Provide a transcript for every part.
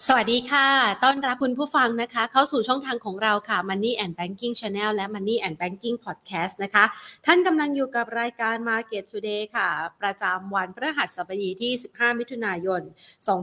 สวัสดีค่ะต้อนรับคุณผู้ฟังนะคะเข้าสู่ช่องทางของเราค่ะ Money and Banking Channel และ Money and Banking Podcast นะคะท่านกำลังอยู่กับรายการ Market Today ค่ะประจำวันพฤหัสบดีที่15มิถุนายน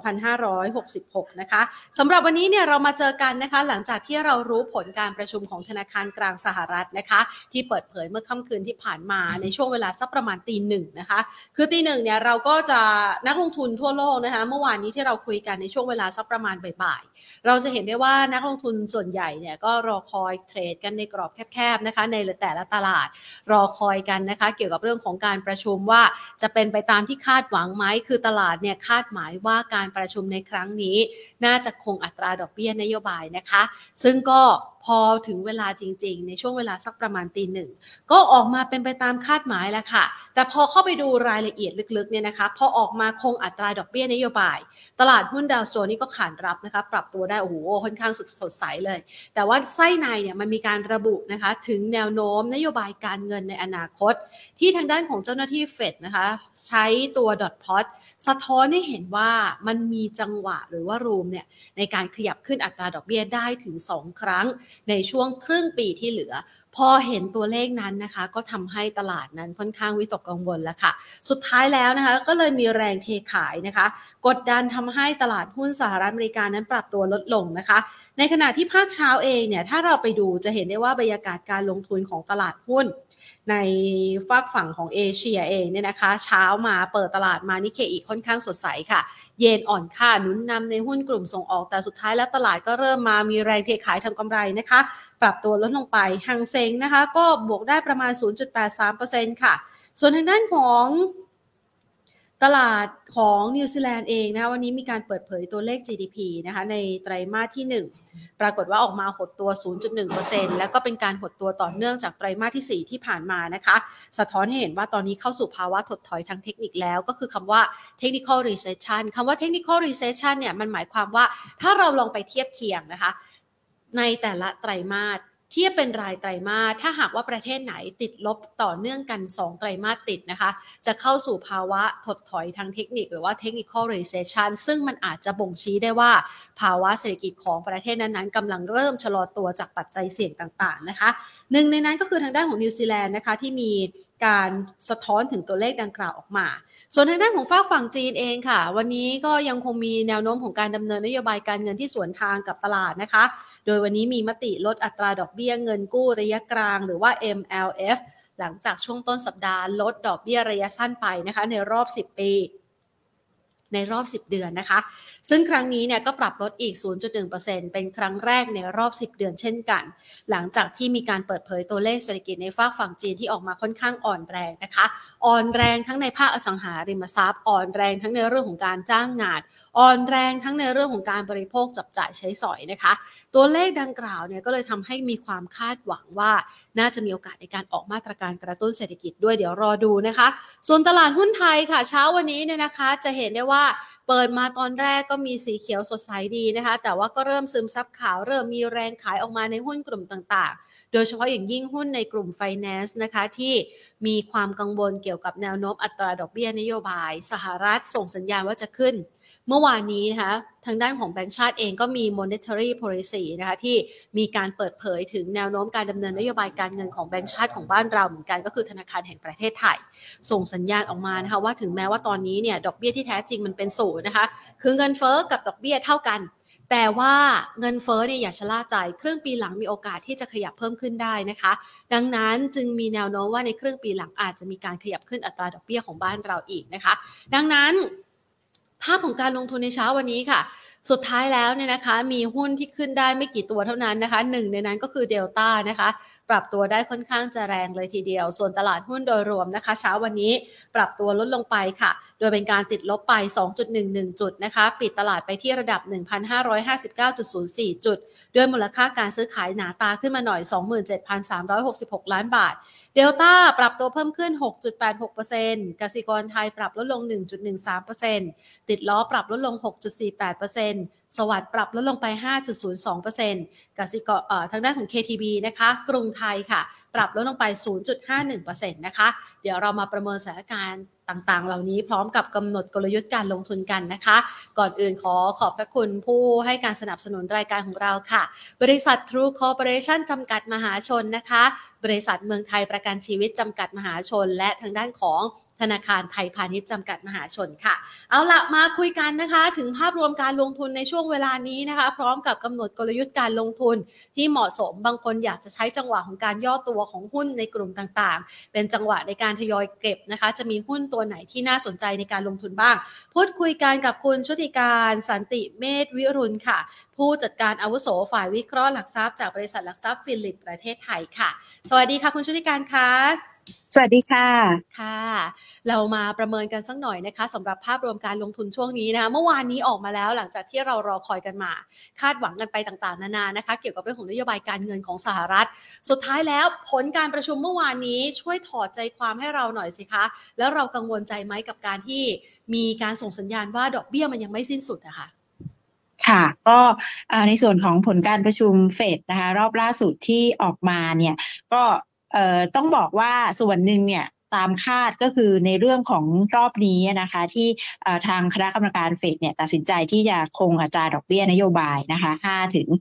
2566นะคะสำหรับวันนี้เนี่ยเรามาเจอกันนะคะหลังจากที่เรารู้ผลการประชุมของธนาคารกลางสหรัฐนะคะที่เปิดเผยเมื่อค่ำคืนที่ผ่านมาในช่วงเวลาสักประมาณตีหนึ่งนะคะคือตีหนึ่งเนี่ยเราก็จะนักลงทุนทั่วโลกนะคะเมื่อวานนี้ที่เราคุยกันในช่วงเวลาสักประมาณบ่ายๆเราจะเห็นได้ว่านักลงทุนส่วนใหญ่เนี่ยก็รอคอยเทรดกันในกรอบแคบๆนะคะในแต่ละตลาดรอคอยกันนะคะเกี่ยวกับเรื่องของการประชุมว่าจะเป็นไปตามที่คาดหวังไหมคือตลาดเนี่ยคาดหมายว่าการประชุมในครั้งนี้น่าจะคงอัตราดอกเบี้ยนโยบายนะคะซึ่งก็พอถึงเวลาจริงๆในช่วงเวลาสักประมาณตีหนึ่งก็ออกมาเป็นไปตามคาดหมายแล้วค่ะแต่พอเข้าไปดูรายละเอียดลึกๆเนี่ยนะคะพอออกมาคงอัตราดอกเบี้ยนโยบายตลาดหุ้นดาวโจนส์นี่ก็ขานรับนะคะปรับตัวได้โอ้โหค่อนข้างสดใสเลยแต่ว่าไส้ในเนี่ยมันมีการระบุนะคะถึงแนวโน้มนโยบายการเงินในอนาคตที่ทางด้านของเจ้าหน้าที่เฟดนะคะใช้ตัวดอทพลอตสะท้อนให้เห็นว่ามันมีจังหวะหรือว่ารูมเนี่ยในการขยับขึ้นอัตราดอกเบี้ยได้ถึง2ครั้งในช่วงครึ่งปีที่เหลือพอเห็นตัวเลขนั้นนะคะก็ทำให้ตลาดนั้นค่อนข้างวิตกกังวลแล้วค่ะสุดท้ายแล้วนะคะก็เลยมีแรงเทขายนะคะกดดันทำให้ตลาดหุ้นสหรัฐอเมริกานั้นปรับตัวลดลงนะคะในขณะที่ภาคเช้าเองเนี่ยถ้าเราไปดูจะเห็นได้ว่าบรรยากาศการลงทุนของตลาดหุ้นในฝากฝั่งของเอเชียเองเนี่ยนะคะเช้ามาเปิดตลาดมานิเคอีค่อนข้างสดใสค่ะเยนอ่อนค่าหนุนนำในหุ้นกลุ่มส่งออกแต่สุดท้ายแล้วตลาดก็เริ่มมามีแรงเทขายทำกำไรนะคะปรับตัวลดลงไปฮังเซ็งนะคะก็บวกได้ประมาณ 0.83% ค่ะส่วนทางด้านของตลาดของนิวซีแลนด์เองนะคะวันนี้มีการเปิดเผยตัวเลข GDP นะคะในไตรมาสที่1ปรากฏว่าออกมาหดตัว 0.1% แล้วก็เป็นการหดตัวต่อเนื่องจากไตรมาสที่4ที่ผ่านมานะคะสะท้อนให้เห็นว่าตอนนี้เข้าสู่ภาวะถดถอยทางเทคนิคแล้วก็คือคำว่า technical recession คำว่า technical recession เนี่ยมันหมายความว่าถ้าเราลองไปเทียบเคียงนะคะในแต่ละไตรมาสเทียบเป็นรายไตรมาสถ้าหากว่าประเทศไหนติดลบต่อเนื่องกัน2ไตรมาสติดนะคะจะเข้าสู่ภาวะถดถอยทางเทคนิคหรือว่า technical recession ซึ่งมันอาจจะบ่งชี้ได้ว่าภาวะเศรษฐกิจของประเทศนั้นๆกำลังเริ่มชะลอตัวจากปัจจัยเสี่ยงต่างๆนะคะหนึ่งในนั้นก็คือทางด้านของนิวซีแลนด์นะคะที่มีการสะท้อนถึงตัวเลขดังกล่าวออกมาส่วนทางด้านของฝั่งจีนเองค่ะวันนี้ก็ยังคงมีแนวโน้มของการดำเนินนโยบายการเงินที่สวนทางกับตลาดนะคะโดยวันนี้มีมติลดอัตราดอกเบี้ยเงินกู้ระยะกลางหรือว่า MLF หลังจากช่วงต้นสัปดาห์ลดดอกเบี้ยระยะสั้นไปนะคะในรอบ10 ปีในรอบ10 เดือนนะคะซึ่งครั้งนี้เนี่ยก็ปรับลดอีก 0.1% เป็นครั้งแรกในรอบ10 เดือนเช่นกันหลังจากที่มีการเปิดเผยตัวเลขเศรษฐกิจในฝั่งจีนที่ออกมาค่อนข้างอ่อนแรงนะคะอ่อนแรงทั้งในภาคอสังหาริมทรัพย์อ่อนแรงทั้งในเรื่องของการจ้างงานอ่อนแรงทั้งในเรื่องของการบริโภคจับจ่ายใช้สอยนะคะตัวเลขดังกล่าวเนี่ยก็เลยทำให้มีความคาดหวังว่าน่าจะมีโอกาสในการออกมาตรการกระตุ้นเศรษฐกิจด้วยเดี๋ยวรอดูนะคะส่วนตลาดหุ้นไทยค่ะเช้าวันนี้เนี่ยนะคะจะเห็นได้ว่าเปิดมาตอนแรกก็มีสีเขียวสดใสดีนะคะแต่ว่าก็เริ่มซึมซับข่าวเริ่มมีแรงขายออกมาในหุ้นกลุ่มต่างๆโดยเฉพาะอย่างยิ่งหุ้นในกลุ่ม Finance นะคะที่มีความกังวลเกี่ยวกับแนวโน้มอัตราดอกเบี้ยนโยบายสหรัฐส่งสัญญาณว่าจะขึ้นเมื่อวานนี้นะคะทางด้านของแบงก์ชาติเองก็มี monetary policy นะคะที่มีการเปิดเผยถึงแนวโน้มการดำเนินนโยบายการเงินของแบงก์ชาติของบ้านเราเหมือนกันก็คือธนาคารแห่งประเทศไทยส่งสัญญาณออกมานะคะว่าถึงแม้ว่าตอนนี้เนี่ยดอกเบี้ยที่แท้จริงมันเป็นศูนย์นะคะคือเงินเฟ้อกับดอกเบี้ยเท่ากันแต่ว่าเงินเฟ้อเนี่ยอย่าชะล่าใจครึ่งปีหลังมีโอกาสที่จะขยับเพิ่มขึ้นได้นะคะดังนั้นจึงมีแนวโน้มว่าในครึ่งปีหลังอาจจะมีการขยับขึ้นอัตราดอกเบี้ยของบ้านเราอีกนะคะดังนั้นภาพของการลงทุนในเช้าวันนี้ค่ะสุดท้ายแล้วเนี่ยนะคะมีหุ้นที่ขึ้นได้ไม่กี่ตัวเท่านั้นนะคะหนึ่งในนั้นก็คือเดลต้านะคะปรับตัวได้ค่อนข้างจะแรงเลยทีเดียวส่วนตลาดหุ้นโดยรวมนะคะเช้าวันนี้ปรับตัวลดลงไปค่ะโดยเป็นการติดลบไป 2.11 จุดนะคะปิดตลาดไปที่ระดับ 1,559.04 จุดด้วยมูลค่าการซื้อขายหนาตาขึ้นมาหน่อย 27,366 ล้านบาทเดลต้าปรับตัวเพิ่มขึ้น 6.86% กสิกรไทยปรับลดลง 1.13%ติดล้อปรับลดลง 6.48% สวัสดิ์ปรับลดลงไป 5.02% กสิกรทางด้านของ KTB นะคะกรุงไทยค่ะปรับลดลงไป 0.51% นะคะเดี๋ยวเรามาประเมินสถานการณ์ต่างๆเหล่านี้พร้อมกับกำหนดกลยุทธ์การลงทุนกันนะคะก่อนอื่นขอบพระคุณผู้ให้การสนับสนุนรายการของเราค่ะบริษัท True Corporation จำกัดมหาชนนะคะบริษัทเมืองไทยประกันชีวิตจำกัดมหาชนและทางด้านของธนาคารไทยพาณิชย์จำกัดมหาชนค่ะเอาละมาคุยกันนะคะถึงภาพรวมการลงทุนในช่วงเวลานี้นะคะพร้อมกับกำหนดกลยุทธ์การลงทุนที่เหมาะสมบางคนอยากจะใช้จังหวะของการย่อตัวของหุ้นในกลุ่มต่างๆเป็นจังหวะในการทยอยเก็บนะคะจะมีหุ้นตัวไหนที่น่าสนใจในการลงทุนบ้างพูดคุยกันกับคุณชุติการสันติเมธวิรุณค่ะผู้จัดการอาวุโสฝ่ายวิเคราะห์หลักทรัพย์จากบริษัทหลักทรัพย์ฟิลิปประเทศไทยค่ะสวัสดีค่ะคุณชุติการค่ะสวัสดีค่ะค่ะเรามาประเมินกันสักหน่อยนะคะสำหรับภาพรวมการลงทุนช่วงนี้นะคะเมื่อวานนี้ออกมาแล้วหลังจากที่เรารอคอยกันมาคาดหวังกันไปต่างๆนานานะคะเกี่ยวกับเรื่องของนโยบายการเงินของสหรัฐสุดท้ายแล้วผลการประชุมเมื่อวานนี้ช่วยถอดใจความให้เราหน่อยสิคะแล้วเรากังวลใจไหมกับการที่มีการส่งสัญญาณว่าดอกเบี้ยมันยังไม่สิ้นสุดนะคะค่ะก็ในส่วนของผลการประชุมเฟดนะคะรอบล่าสุดที่ออกมาเนี่ยก็ต้องบอกว่าส่วนหนึ่งเนี่ยตามคาดก็คือในเรื่องของรอบนี้นะคะที่ทางคณะกรรมการเฟดเนี่ยตัดสินใจที่จะคงอัตราดอกเบี้ยนโยบายนะคะ5 ถึง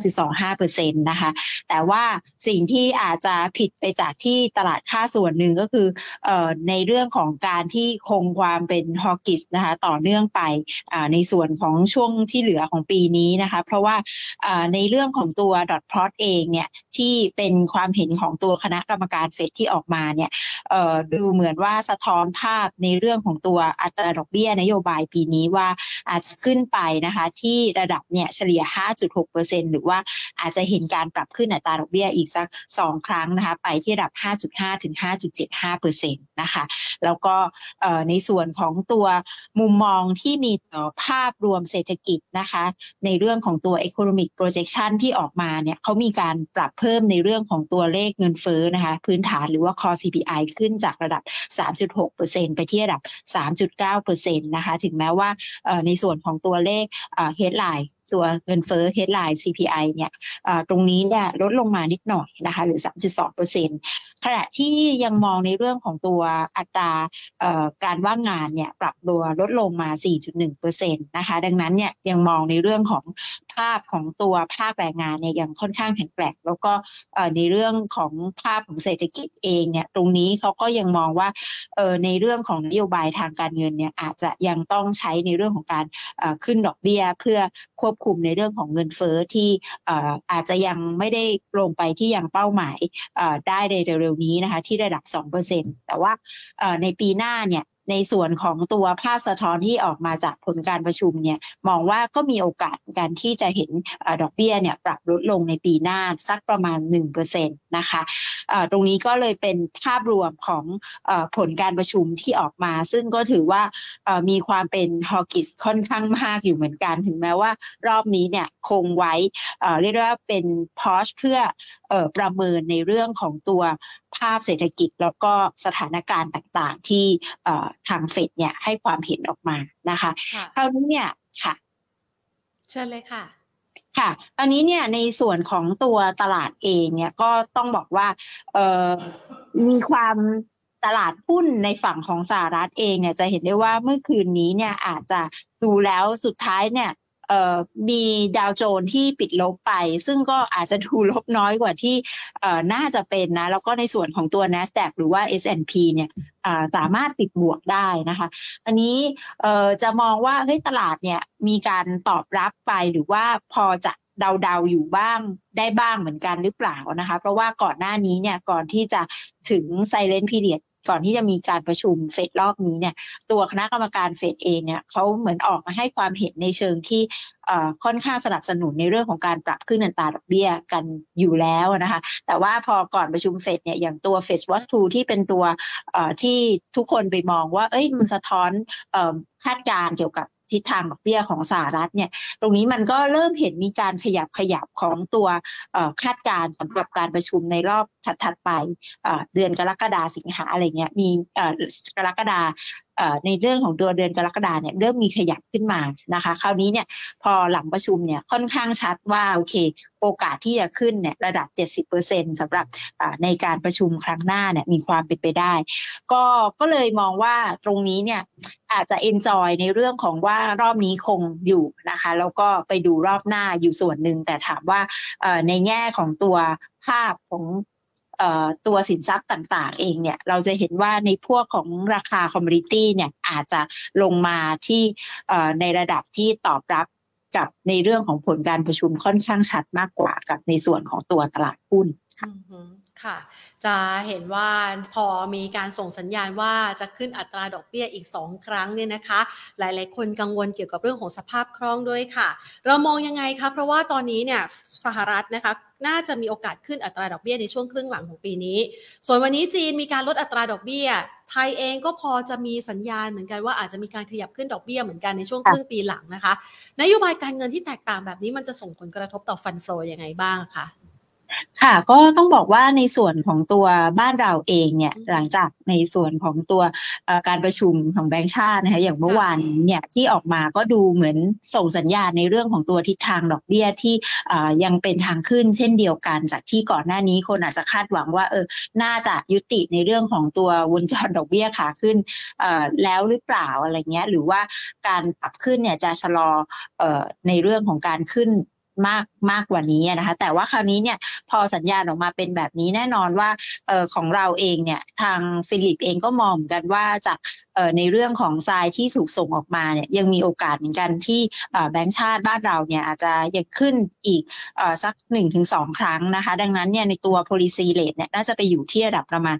5.25% นะคะแต่ว่าสิ่งที่อาจจะผิดไปจากที่ตลาดคาดส่วนหนึ่งก็คือในเรื่องของการที่คงความเป็นฮอกิชนะคะต่อเนื่องไปในส่วนของช่วงที่เหลือของปีนี้นะคะเพราะว่าในเรื่องของตัว dot plot เองเนี่ยที่เป็นความเห็นของตัวคณะกรรมการเฟดที่ออกมาเนี่ยดูเหมือนว่าสะท้อนภาพในเรื่องของตัวอัตราดอกเบี้ยนโยบายปีนี้ว่าอาจจะขึ้นไปนะคะที่ระดับเนี่ยเฉลี่ย 5.6% หรือว่าอาจจะเห็นการปรับขึ้นอัตราดอกเบี้ยอีกสัก2ครั้งนะคะไปที่ระดับ 5.5 ถึง 5.75% นะคะแล้วก็ในส่วนของตัวมุมมองที่มีต่อภาพรวมเศรษฐกิจนะคะในเรื่องของตัว economic projection ที่ออกมาเนี่ยเขามีการปรับเพิ่มในเรื่องของตัวเลขเงินเฟ้อนะคะพื้นฐานหรือว่า core CPI ขึ้นจากระดับ 3.6% ไปที่ระดับ 3.9% นะคะถึงแม้ว่าในส่วนของตัวเลขheadline ส่วนเงินเฟ้อ headline CPI เนี่ยตรงนี้เนี่ยลดลงมานิดหน่อยนะคะหรือ 3.2% ขณะที่ยังมองในเรื่องของตัวอัตราการว่างงานเนี่ยปรับตัวลดลงมา 4.1% นะคะดังนั้นเนี่ยยังมองในเรื่องของภาพของตัวภาคแรงงานเนี่ยยังค่อนข้างแข็งแกร่งแล้วก็ในเรื่องของภาพของเศรษฐกิจเองเนี่ยตรงนี้เขาก็ยังมองว่าในเรื่องของนโยบายทางการเงินเนี่ยอาจจะยังต้องใช้ในเรื่องของการขึ้นดอกเบี้ยเพื่อควบคุมในเรื่องของเงินเฟ้อที่อาจจะยังไม่ได้ลงไปที่ยังเป้าหมายได้ในเร็วๆนี้นะคะที่ระดับ 2% แต่ว่าในปีหน้าเนี่ยในส่วนของตัวภาพสะท้อนที่ออกมาจากผลการประชุมเนี่ยมองว่าก็มีโอกาสการที่จะเห็นดอกเบี้ยเนี่ยปรับลดลงในปีหน้าสักประมาณ 1% นะคะตรงนี้ก็เลยเป็นภาพรวมของผลการประชุมที่ออกมาซึ่งก็ถือว่ามีความเป็นฮอกิชค่อนข้างมากอยู่เหมือนกันถึงแม้ว่ารอบนี้เนี่ยคงไว้เรียกว่าเป็นพอชเพื่อประเมินในเรื่องของตัวภาพเศรษฐกิจแล้วก็สถานการณ์ต่างๆที่ทางเฟดเนี่ยให้ความเห็นออกมานะคะคราวนี้เนี่ยค่ะเชิญเลยค่ะค่ะตอนนี้เนี่ยในส่วนของตัวตลาดเองเนี่ยก็ต้องบอกว่ามีความตลาดหุ้นในฝั่งของสหรัฐเองเนี่ยจะเห็นได้ว่าเมื่อคืนนี้เนี่ยอาจจะดูแล้วสุดท้ายเนี่ยมีดาวโจนส์ที่ปิดลบไปซึ่งก็อาจจะดูลบน้อยกว่าที่น่าจะเป็นนะแล้วก็ในส่วนของตัว NASDAQ หรือว่า S&P เนี่ยสามารถปิดบวกได้นะคะอันนี้จะมองว่าเฮ้ยตลาดเนี่ยมีการตอบรับไปหรือว่าพอจะเดาๆอยู่บ้างได้บ้างเหมือนกันหรือเปล่านะคะเพราะว่าก่อนหน้านี้เนี่ยก่อนที่จะถึง Silent Period ก่อนที่จะมีการประชุมเฟดรอบนี้เนี่ยตัวคณะกรรมการเฟดเองเนี่ยเขาเหมือนออกมาให้ความเห็นในเชิงที่ค่อนข้างสนับสนุนในเรื่องของการปรับขึ้นอัตราดอกเบี้ยกันอยู่แล้วนะคะแต่ว่าพอก่อนประชุมเฟดเนี่ยอย่างตัว Fed Watch 2ที่เป็นตัวที่ทุกคนไปมองว่าเอ้ยมันสะท้อนคาดการณ์เกี่ยวกับทิศทางดอกเบี้ยของสหรัฐเนี่ยตรงนี้มันก็เริ่มเห็นมีการขยับของตัวคาดการณ์สำหรับการประชุมในรอบถัดไปเดือนกรกฎาสิงหาอะไรเงี้ยมีกรกฎาในเรื่องของตัวเดือนกรกฎาเนี่ยเริ่มมีขยับขึ้นมานะคะคราวนี้เนี่ยพอหลังประชุมเนี่ยค่อนข้างชัดว่าโอเคโอกาสที่จะขึ้นเนี่ยระดับ 70% สำหรับในการประชุมครั้งหน้าเนี่ยมีความเป็นไปได้ก็เลยมองว่าตรงนี้เนี่ยอาจจะ enjoy ในเรื่องของว่ารอบนี้คงอยู่นะคะแล้วก็ไปดูรอบหน้าอยู่ส่วนหนึ่งแต่ถามว่าในแง่ของตัวภาพของตัวสินทรัพย์ต่างๆเองเนี่ยเราจะเห็นว่าในพวกของราคาคอมมูนิตี้เนี่ยอาจจะลงมาที่ในระดับที่ตอบรับกับในเรื่องของผลการประชุมค่อนข้างชัดมากกว่ากับในส่วนของตัวตลาดหุ้นค่ะจะเห็นว่าพอมีการส่งสัญญาณว่าจะขึ้นอัตราดอกเบี้ยอีก2ครั้งเนี่ยนะคะหลายๆคนกังวลเกี่ยวกับเรื่องของสภาพคล่องด้วยค่ะเรามองยังไงคะเพราะว่าตอนนี้เนี่ยสหรัฐนะคะน่าจะมีโอกาสขึ้นอัตราดอกเบี้ยในช่วงครึ่งหลังของปีนี้ส่วนวันนี้จีนมีการลดอัตราดอกเบี้ยไทยเองก็พอจะมีสัญญาณเหมือนกันว่าอาจจะมีการขยับขึ้นดอกเบี้ยเหมือนกันในช่วงครึ่งปีหลังนะคะนโยบายการเงินที่แตกต่างแบบนี้มันจะส่งผลกระทบต่อฟันโฟลยังไงบ้างคะค่ะก็ต้องบอกว่าในส่วนของตัวบ้านเราเองเนี่ยหลังจากในส่วนของตัวการประชุมของแบงก์ชาตินะคะอย่างเมื่อวานนี้เนี่ยที่ออกมาก็ดูเหมือนส่งสัญญาณในเรื่องของตัวทิศทางดอกเบี้ยที่ยังเป็นทางขึ้นเช่นเดียวกันจากที่ก่อนหน้านี้คนอาจจะคาดหวังว่าน่าจะยุติในเรื่องของตัววงจรดอกเบี้ยขาขึ้นแล้วหรือเปล่าอะไรเงี้ยหรือว่าการปรับขึ้นเนี่ยจะชะลอในเรื่องของการขึ้นมากกว่านี้นะคะแต่ว่าคราวนี้เนี่ยพอสัญญาณออกมาเป็นแบบนี้แน่นอนว่าของเราเองเนี่ยทางฟิลิปเองก็มองกันว่าจากในเรื่องของทรายที่ถูกส่งออกมาเนี่ยยังมีโอกาสเหมือนกันที่แบงก์ชาติบ้านเราเนี่ยอาจจะยังขึ้นอีกสัก 1-2 ครั้งนะคะดังนั้นเนี่ยในตัว policy rate เนี่ยน่าจะไปอยู่ที่ระดับประมาณ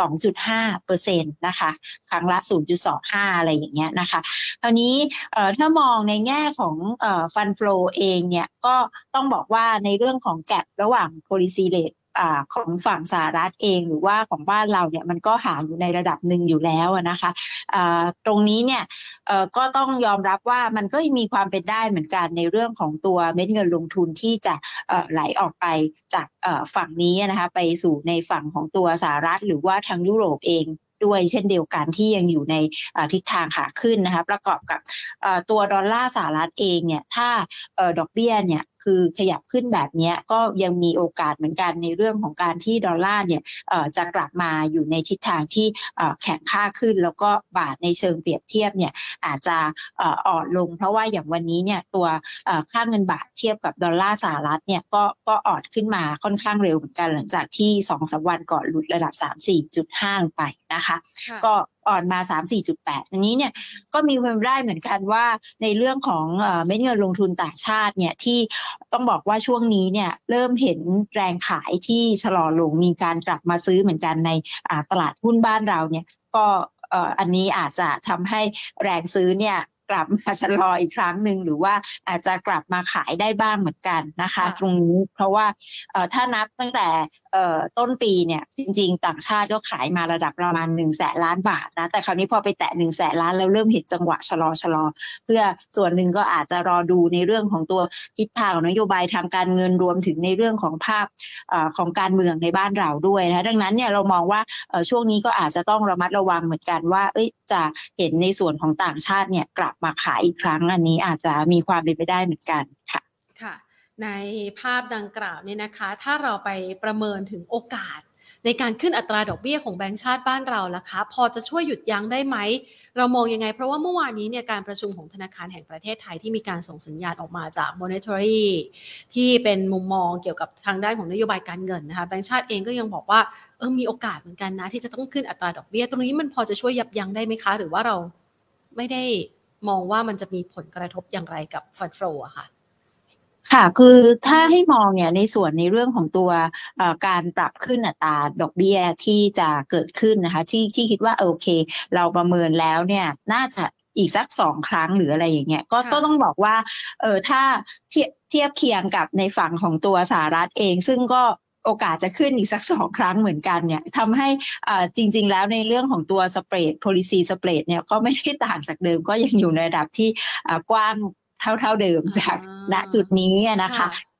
2.5% นะคะครั้งละ 0.25 อะไรอย่างเงี้ยนะคะคราวนี้ถ้ามองในแง่ของfund flow เองเนี่ยก็ต้องบอกว่าในเรื่องของแกประหว่าง policy rate ของฝั่งสหรัฐเองหรือว่าของบ้านเราเนี่ยมันก็ห่างอยู่ในระดับหนึ่งอยู่แล้วนะคะตรงนี้เนี่ยก็ต้องยอมรับว่ามันก็มีความเป็นได้เหมือนกันในเรื่องของตัวเม็ดเงินลงทุนที่จะไหลออกไปจากฝั่งนี้นะคะไปสู่ในฝั่งของตัวสหรัฐหรือว่าทางยุโรปเองด้วยเช่นเดียวกันที่ยังอยู่ในทิศทางขาขึ้นนะคะประกอบกับตัวดอลลาร์สหรัฐเองเนี่ยถ้าดอกเบี้ยเนี่ยคือขยับขึ้นแบบนี้ก็ยังมีโอกาสเหมือนกันในเรื่องของการที่ดอลลาร์เนี่ยจะกลับมาอยู่ในทิศทางที่แข็งค่าขึ้นแล้วก็บาทในเชิงเปรียบเทียบเนี่ยอาจจะอ่อนลงเพราะว่าอย่างวันนี้เนี่ยตัวค่าเงินบาทเทียบกับดอลลาร์สหรัฐเนี่ยก็อ่อนขึ้นมาค่อนข้างเร็วเหมือนกันหลังจากที่ 2-3 วันก่อนหลุดระดับ 34.5 ลงไปนะคะก็อ่อนมา 34.8 อันนี้เนี่ยก็มีความได้เหมือนกันว่าในเรื่องของเม็ดเงินลงทุนต่างชาติเนี่ยที่ต้องบอกว่าช่วงนี้เนี่ยเริ่มเห็นแรงขายที่ชะลอลงมีการกลับมาซื้อเหมือนกันในตลาดหุ้นบ้านเราเนี่ยก็อันนี้อาจจะทำให้แรงซื้อเนี่ยกลับมาชะลออีกครั้งหนึ่งหรือว่าอาจจะกลับมาขายได้บ้างเหมือนกันนะคะตรงนี้เพราะว่าถ้านับตั้งแต่ต้นปีเนี่ยจริงๆต่างชาติก็ขายมาระดับประมาณ100,000 ล้านบาทนะแต่คราวนี้พอไปแตะ100,000 ล้านแล้วเริ่มเห็นจังหวะชะลอเพื่อส่วนหนึ่งก็อาจจะรอดูในเรื่องของตัวทิศทางของนโยบายทางการเงินรวมถึงในเรื่องของภาพของการเมืองในบ้านเราด้วยนะดังนั้นเนี่ยเรามองว่าช่วงนี้ก็อาจจะต้องระมัดระวังเหมือนกันว่าจะเห็นในส่วนของต่างชาติเนี่ยกลับมาขายอีกครั้งอันนี้อาจจะมีความเป็นไปได้เหมือนกันค่ะในภาพดังกล่าวเนี่ยนะคะถ้าเราไปประเมินถึงโอกาสในการขึ้นอัตราดอกเบี้ยของแบงก์ชาติบ้านเราล่ะคะพอจะช่วยหยุดยั้งได้ไหมเรามองยังไงเพราะว่าเมื่อวานนี้เนี่ยการประชุมของธนาคารแห่งประเทศไทยที่มีการส่งสัญญาณออกมาจาก Monetary ที่เป็นมุมมองเกี่ยวกับทางด้านของนโยบายการเงินนะคะแบงก์ชาติเองก็ยังบอกว่ามีโอกาสเหมือนกันนะที่จะต้องขึ้นอัตราดอกเบี้ยตรงนี้มันพอจะช่วยยับยั้งได้ไหมคะหรือว่าเราไม่ได้มองว่ามันจะมีผลกระทบอย่างไรกับฟันโฟอะค่ะค่ะคือถ้าให้มองเนี่ยในส่วนในเรื่องของตัวการปรับขึ้นอัตราดอกเบี้ยที่จะเกิดขึ้นนะคะที่คิดว่าโอเคเราประเมินแล้วเนี่ยน่าจะอีกสัก2 ครั้งหรืออะไรอย่างเงี้ยก็ต้องบอกว่าถ้าเทียบเคียงกับในฝั่งของตัวสหรัฐเองซึ่งก็โอกาสจะขึ้นอีกสัก2 ครั้งเหมือนกันเนี่ยทำให้จริงๆแล้วในเรื่องของตัวสเปรด policy spread เนี่ยก็ไม่ได้ต่างจากเดิมก็ยังอยู่ในระดับที่กว้างเท่าเดิมจากณจุดนี้นะคะ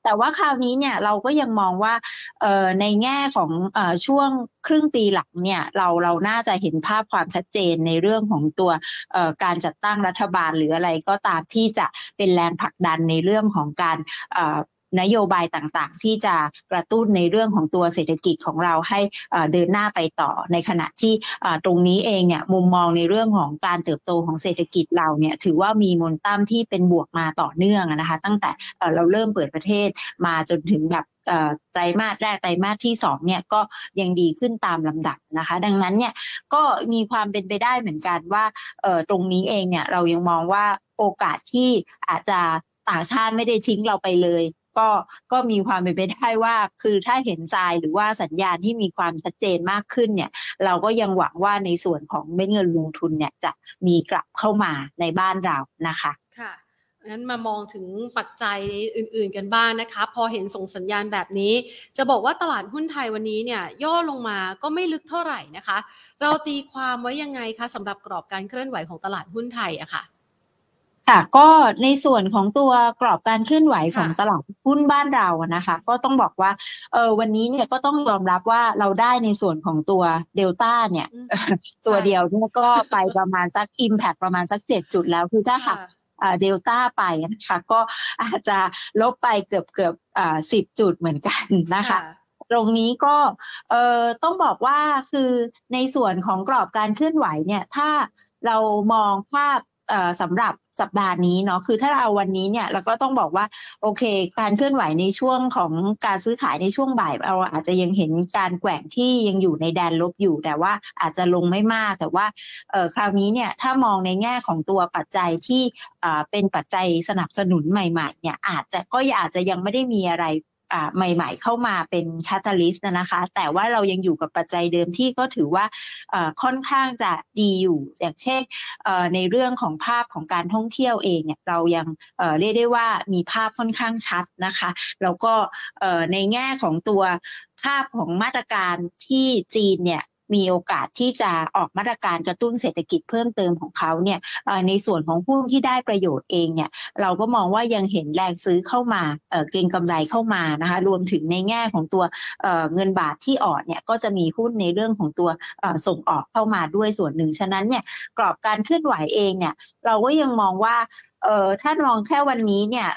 แต่ว่าคราวนี้เนี่ยเราก็ยังมองว่าในแง่ของช่วงครึ่งปีหลังเนี่ยเราน่าจะเห็นภาพความชัดเจนในเรื่องของตัวการจัดตั้งรัฐบาลหรืออะไรก็ตามที่จะเป็นแรงผลักดันในเรื่องของการนโยบายต่างๆที่จะกระตุ้นในเรื่องของตัวเศรษฐกิจของเราให้เดินหน้าไปต่อในขณะที่ตรงนี้เองเนี่ยมุมมองในเรื่องของการเติบโตของเศรษฐกิจเราเนี่ยถือว่ามีโมเมนตัมที่เป็นบวกมาต่อเนื่องนะคะตั้งแต่เราเริ่มเปิดประเทศมาจนถึงแบบไตรมาสแรกไตรมาสที่2เนี่ยก็ยังดีขึ้นตามลำดับนะคะดังนั้นเนี่ยก็มีความเป็นไปได้เหมือนกันว่าตรงนี้เองเนี่ยเรายังมองว่าโอกาสที่อาจจะต่างชาติไม่ได้ทิ้งเราไปเลยก็มีความเป็นไปได้ว่าคือถ้าเห็นทรายหรือว่าสัญญาณที่มีความชัดเจนมากขึ้นเนี่ยเราก็ยังหวังว่าในส่วนของเม็ดเงินลงทุนเนี่ยจะมีกลับเข้ามาในบ้านเรานะคะค่ะงั้นมามองถึงปัจจัยอื่นๆกันบ้างนะคะพอเห็นส่งสัญญาณแบบนี้จะบอกว่าตลาดหุ้นไทยวันนี้เนี่ยย่อลงมาก็ไม่ลึกเท่าไหร่นะคะเราตีความไว้ยังไงคะสำหรับกรอบการเคลื่อนไหวของตลาดหุ้นไทยอะค่ะค่ะก็ในส่วนของตัวกรอบการเคลื่อนไหวของตลาดหุ้นบ้านเรานะคะก็ต้องบอกว่าวันนี้เนี่ยก็ต้องยอมรับว่าเราได้ในส่วนของตัวเดลต้าเนี่ยตัวเดียวเนี่ยก็ไปประมาณสัก impact ประมาณสัก7 จุดแล้วคือถ้าหักเดลต้าไปนะคะก็อาจจะลบไปเกือบ10 จุดเหมือนกันนะคะตรงนี้ก็ต้องบอกว่าคือในส่วนของกรอบการเคลื่อนไหวเนี่ยถ้าเรามองภาพสำหรับสัปดาห์นี้เนาะคือถ้าเราวันนี้เนี่ยเราก็ต้องบอกว่าโอเคการเคลื่อนไหวในช่วงของการซื้อขายในช่วงบ่ายเราอาจจะยังเห็นการแกว่งที่ยังอยู่ในแดนลบอยู่แต่ว่าอาจจะลงไม่มากแต่ว่าคราวนี้เนี่ยถ้ามองในแง่ของตัวปัจจัยที่เป็นปัจจัยสนับสนุนใหม่ๆเนี่ยอาจจะยังไม่ได้มีอะไรใหม่ๆเข้ามาเป็นคาตาลิสต์นะคะแต่ว่าเรายังอยู่กับปัจจัยเดิมที่ก็ถือว่าค่อนข้างจะดีอยู่อย่างเช่นในเรื่องของภาพของการท่องเที่ยวเองเนี่ยเรายังเรียกได้ว่ามีภาพค่อนข้างชัดนะคะแล้วก็ในแง่ของตัวภาพของมาตรการที่จีนเนี่ยมีโอกาสที่จะออกมาตรการกระตุ้นเศรษฐกิจเพิ่มเติมของเขาเนี่ยในส่วนของหุ้นที่ได้ประโยชน์เองเนี่ยเราก็มองว่ายังเห็นแรงซื้อเข้ามาเก็งกำไรเข้ามานะคะรวมถึงในแง่ของตัวเงินบาทที่อ่อนเนี่ยก็จะมีหุ้นในเรื่องของตัวส่งออกเข้ามาด้วยส่วนหนึ่งฉะนั้นเนี่ยกรอบการเคลื่อนไหวเองเนี่ยเราก็ยังมองว่าถ้ามองแค่วันนี้เนี่ย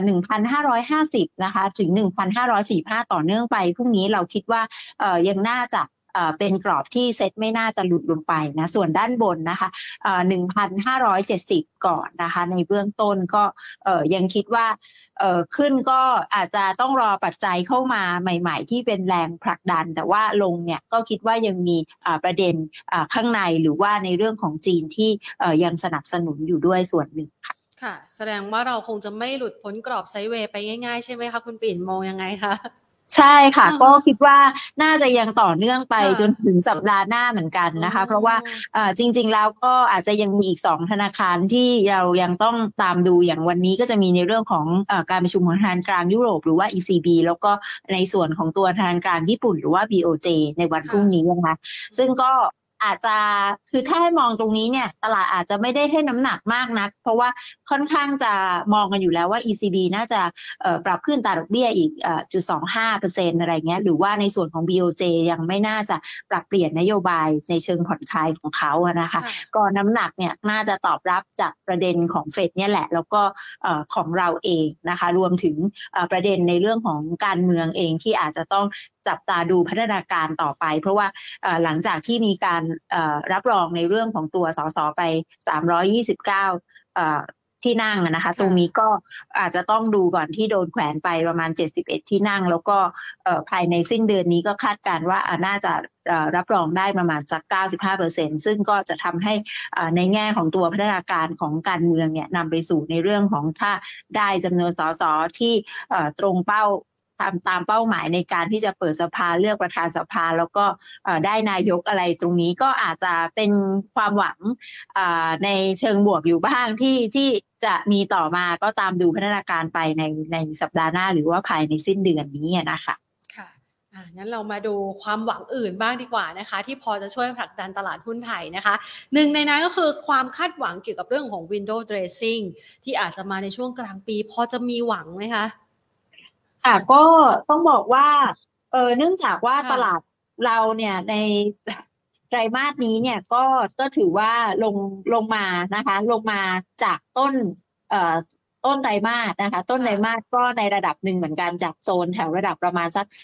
1,550นะคะถึง1,545ต่อเนื่องไปพรุ่งนี้เราคิดว่ายังน่าจะเป็นกรอบที่เซ็ตไม่น่าจะหลุดลงไปนะส่วนด้านบนนะคะ1,570ก่อนนะคะในเบื้องต้นก็ยังคิดว่าขึ้นก็อาจจะต้องรอปัจจัยเข้ามาใหม่ๆที่เป็นแรงผลักดันแต่ว่าลงเนี่ยก็คิดว่ายังมีประเด็นข้างในหรือว่าในเรื่องของจีนที่ยังสนับสนุนอยู่ด้วยส่วนหนึ่งค่ะค่ะแสดงว่าเราคงจะไม่หลุดพ้นกรอบไซด์เวย์ไปง่ายๆใช่ไหมคะคุณปิ่นมองยังไงคะใช่ค่ะก็คิดว่าน่าจะยังต่อเนื่องไปจนถึงสัปดาห์หน้าเหมือนกันนะคะเพราะว่าจริงๆแล้วก็อาจจะยังมีอีก2ธนาคารที่เรายังต้องตามดูอย่างวันนี้ก็จะมีในเรื่องของการประชุมของธนาคารกลางยุโรปหรือว่า ECB แล้วก็ในส่วนของตัวธนาคารกลางญี่ปุ่นหรือว่า BOJ ในวันพรุ่งนี้นะคะซึ่งก็อาจจะคือถ้าให้มองตรงนี้เนี่ยตลาดอาจจะไม่ได้ให้น้ำหนักมากนักเพราะว่าค่อนข้างจะมองกันอยู่แล้วว่า ECB น่าจะปรับขึ้นอัตราดอกเบี้ยอีก0.25% อะไรเงี้ยหรือว่าในส่วนของ BOJ ยังไม่น่าจะปรับเปลี่ยนนโยบายในเชิงผ่อนคลายของเขาอะนะคะก็น้ำหนักเนี่ยน่าจะตอบรับจากประเด็นของเฟดเนี่ยแหละแล้วก็ของเราเองนะคะรวมถึงประเด็นในเรื่องของการเมืองเองที่อาจจะต้องจับตาดูพัฒนาการต่อไปเพราะว่าหลังจากที่มีการรับรองในเรื่องของตัวสสไป329ที่นั่งนะคะตรงนี้ก็อาจจะต้องดูก่อนที่โดนแขวนไปประมาณ71ที่นั่งแล้วก็ภายในสิ้นเดือนนี้ก็คาดการณ์ว่าน่าจะรับรองได้ประมาณสัก 95% ซึ่งก็จะทำให้ในแง่ของตัวพัฒนาการของการเมืองเนี่ยนำไปสู่ในเรื่องของถ้าได้จำนวนสสที่ตรงเป้าตามเป้าหมายในการที่จะเปิดสภาเลือกประธานสภาแล้วก็ได้นายกอะไรตรงนี้ก็อาจจะเป็นความหวังในเชิงบวกอยู่บ้างที่จะมีต่อมาก็ตามดูพัฒนาการไปในสัปดาห์หน้าหรือว่าภายในสิ้นเดือนนี้นะคะค่ะงั้นเรามาดูความหวังอื่นบ้างดีกว่านะคะที่พอจะช่วยผลักดันตลาดหุ้นไทยนะคะหนึ่งในนั้นก็คือความคาดหวังเกี่ยวกับเรื่องของ window dressing ที่อาจจะมาในช่วงกลางปีพอจะมีหวังไหมคะค่ะก็ต้องบอกว่าเนื่องจากว่าตค่ะลาดเราเนี่ยในไตรมาสนี้เนี่ยก็ถือว่าลงมานะคะลงมาจากเอ่อต้นไตรมาสนะคะต้นไตรค่ะมาสก็ในระดับหนึ่งเหมือนกันจากโซนแถวระดับประมาณสัก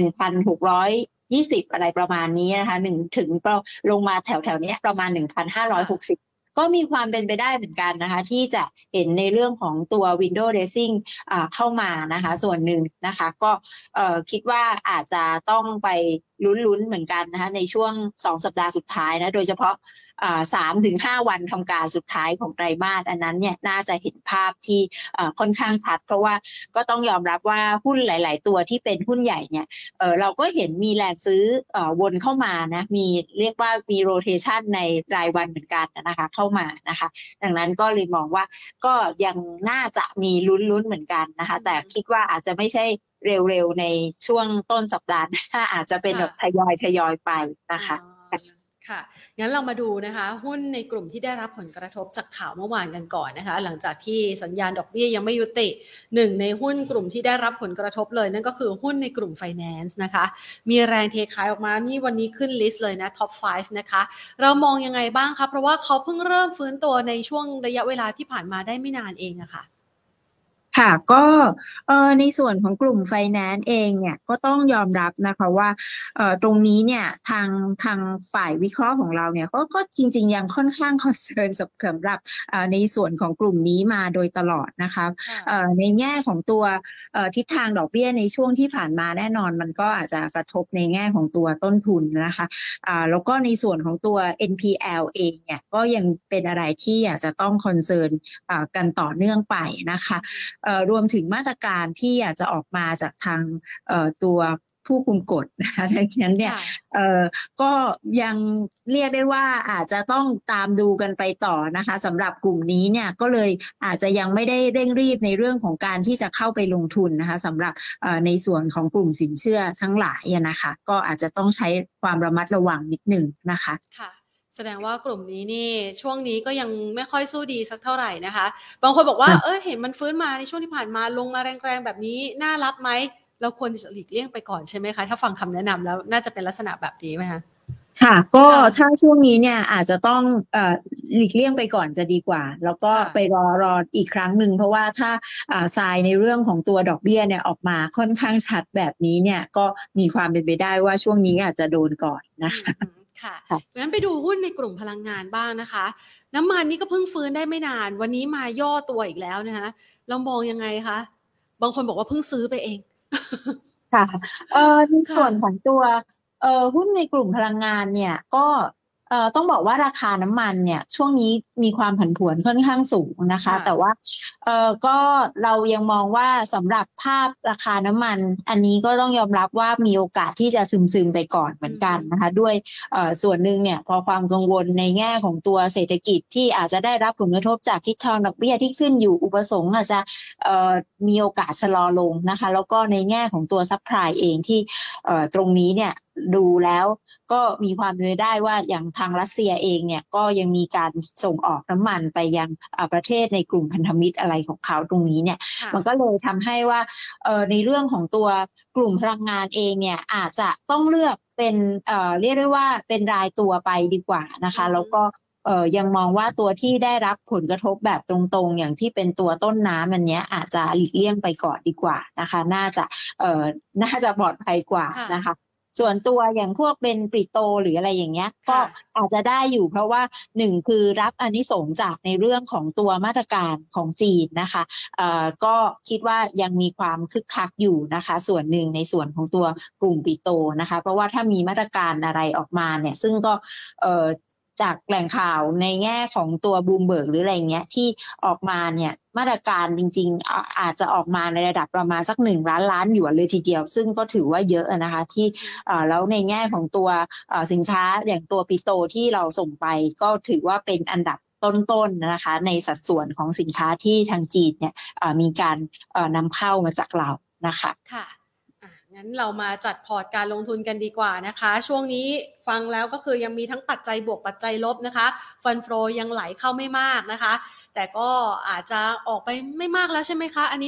1,620อะไรประมาณนี้นะคะถึงก็ลงมาแถวเนี้ยประมาณ1,560ก็มีความเป็นไปได้เหมือนกันนะคะที่จะเห็นในเรื่องของตัว window dressing เข้ามานะคะส่วนหนึ่งนะคะก็คิดว่าอาจจะต้องไปลุ้นๆเหมือนกันนะคะในช่วง2 สัปดาห์สุดท้ายนะโดยเฉพาะ3 ถึง 5 วันทำการสุดท้ายของไตรมาสอันนั้นเนี่ยน่าจะเห็นภาพที่ค่อนข้างชัดเพราะว่าก็ต้องยอมรับว่าหุ้นหลายๆตัวที่เป็นหุ้นใหญ่เนี่ยเราก็เห็นมีแรงซื้อวนเข้ามานะเรียกว่ามีโรเทชันในรายวันเหมือนกันนะคะเข้ามานะคะดังนั้นก็เลยมองว่าก็ยังน่าจะมีลุ้นเหมือนกันนะคะแต่คิดว่าอาจจะไม่ใช่เร็วๆในช่วงต้นสัปดาห์หน้าอาจจะเป็นแบบทยอยไปอ๋นะคะอค่ะงั้นเรามาดูนะคะหุ้นในกลุ่มที่ได้รับผลกระทบจากข่าวเมื่อวานกันก่อนนะคะหลังจากที่สัญญาณดอกเบี้ยยังไม่ยุติหนึ่งในหุ้นกลุ่มที่ได้รับผลกระทบเลยนั่นก็คือหุ้นในกลุ่ม Finance นะคะมีแรงเทขายออกมานี่วันนี้ขึ้นลิสต์เลยนะ Top 5นะคะเรามองยังไงบ้างคะเพราะว่าเขาเพิ่งเริ่มฟื้นตัวในช่วงระยะเวลาที่ผ่านมาได้ไม่นานเองอะค่ะค่ะก็ในส่วนของกลุ่มไฟแนนซ์เองเนี่ยก็ต้องยอมรับนะคะว่าตรงนี้เนี่ยทางฝ่ายวิเคราะห์ของเราเนี่ยก็จริงๆยังค่อนข้างคอนเซิร์นสำหรับในส่วนของกลุ่มนี้มาโดยตลอดนะคะค่ะในแง่ของตัวทิศทางดอกเบี้ยในช่วงที่ผ่านมาแน่นอนมันก็อาจจะกระทบในแง่ของตัวต้นทุนนะคะแล้วก็ในส่วนของตัว NPL เองเนี่ยก็ยังเป็นอะไรที่อยากจะต้องคอนเซิร์นกันต่อเนื่องไปนะคะ รวมถึงมาตรการที่อยากจะออกมาจากทางตัวผู้คุมกฎนะคะดังนั้นเนี่ยค่ะก็ยังเรียกได้ว่าอาจจะต้องตามดูกันไปต่อนะคะสำหรับกลุ่มนี้เนี่ยก็เลยอาจจะยังไม่ได้เร่งรีบในเรื่องของการที่จะเข้าไปลงทุนนะคะสำหรับในส่วนของกลุ่มสินเชื่อทั้งหลายนะคะก็อาจจะต้องใช้ความระมัดระวังนิดหนึ่งนะคะค่ะแสดงว่ากลุ่มนี้นี่ช่วงนี้ก็ยังไม่ค่อยสู้ดีสักเท่าไหร่นะคะบางคนบอกว่าเห็นมันฟื้นมาในช่วงที่ผ่านมาลงมาแรงๆแบบนี้น่ารับไหมเราควรจะหลีกเลี่ยงไปก่อนใช่ไหมคะถ้าฟังคำแนะนำแล้วน่าจะเป็นลักษณะแบบนี้ไหมคะค่ะก็ค่ะถ้าช่วงนี้เนี่ยอาจจะต้องหลีกเลี่ยงไปก่อนจะดีกว่าแล้วก็ค่ะไปรออีกครั้งหนึ่งเพราะว่าถ้าทรายในเรื่องของตัวดอกเบี้ยเนี่ยออกมาค่อนข้างชัดแบบนี้เนี่ยก็มีความเป็นไปได้ว่าช่วงนี้อาจจะโดนก่อนอืนะคะมค่ะค่ะงั้นไปดูหุ้นในกลุ่มพลังงานบ้างนะคะน้ำมันนี่ก็เพิ่งฟื้นได้ไม่นานวันนี้มาย่อตัวอีกแล้วนะคะเรามองยังไงคะบางคนบอกว่าเพิ่งซื้อไปเองค่ะใน ส่ค่ะวนของตัวหุ้นในกลุ่มพลังงานเนี่ยก็ต้องบอกว่าราคาน้ำมันเนี่ยช่วงนี้มีความผันผวนค่อนข้างสูงนะคะค่ะแต่ว่าก็เรายังมองว่าสำหรับภาพราคาน้ำมันอันนี้ก็ต้องยอมรับว่ามีโอกาสที่จะซึมๆไปก่อนเหมือือนกันมนะคะด้วยส่วนหนึ่งเนี่ยพอความกังวลในแง่ของตัวเศรษฐกิจที่อาจจะได้รับผลกระทบจากทิศทางดอกเบี้ยที่ขึ้นอยู่อุปสงค์อาจจะมีโอกาสชะลอลงนะคะแล้วก็ในแง่ของตัวซัพพลายเองที่ตรงนี้เนี่ยดูแล้วก็มีความเป็นไปได้ว่าอย่างทางรัสเซียเองเนี่ยก็ยังมีการส่งออกน้ำมันไปยังประเทศในกลุ่มพันธมิตรอะไรของเขาตรงนี้เนี่ยค่ะมันก็เลยทำให้ว่าในเรื่องของตัวกลุ่มพลังงานเองเนี่ยอาจจะต้องเลือกเป็นเรียกได้ว่าเป็นรายตัวไปดีกว่านะอืคะแล้วก็มยังมองว่าตัวที่ได้รับผลกระทบแบบตรงๆอย่างที่เป็นตัวต้นน้ำอันเนี้ยอาจจะหลีกเลี่ยงไปก่อนดีกว่านะคะเอ่อน่าจะปลอดภัยกว่าค่ะนะคะส่วนตัวอย่างพวกเป็นปริโตหรืออะไรอย่างเงี้ยก็ค่ะอาจจะได้อยู่เพราะว่าหนึ่งคือรับอานิสงส์จากในเรื่องของตัวมาตรการของจีนนะคะก็คิดว่ายังมีความคึกคักอยู่นะคะส่วนหนึ่งในส่วนของตัวกลุ่มปิโตนะคะเพราะว่าถ้ามีมาตรการอะไรออกมาเนี่ยซึ่งก็เอ่อจากแหล่งข่าวในแง่ของตัวบูมเบิร์กหรืออะไรเงี้ยที่ออกมาเนี่ยมาตรการจริงๆอาจจะออกมาในระดับประมาณสัก1 ล้านล้านหยวนเลยทีเดียวซึ่งก็ถือว่าเยอะนะคะที่แล้วในแง่ของตัวสินค้าอย่างตัวปิโตที่เราส่งไปก็ถือว่าเป็นอันดับต้นๆนะคะในสัดส่วนของสินค้าที่ทางจีนเนี่ยมีการนำเข้ามาจากเรานะคะค่ะงั้นเรามาจัดพอร์ตการลงทุนกันดีกว่านะคะช่วงนี้ฟังแล้วก็คือยังมีทั้งปัจจัยบวกปัจจัยลบนะคะฟันโฟยังไหลเข้าไม่มากนะคะแต่ก็อาจจะออกไปไม่มากแล้วใช่ไหมคะอันนี้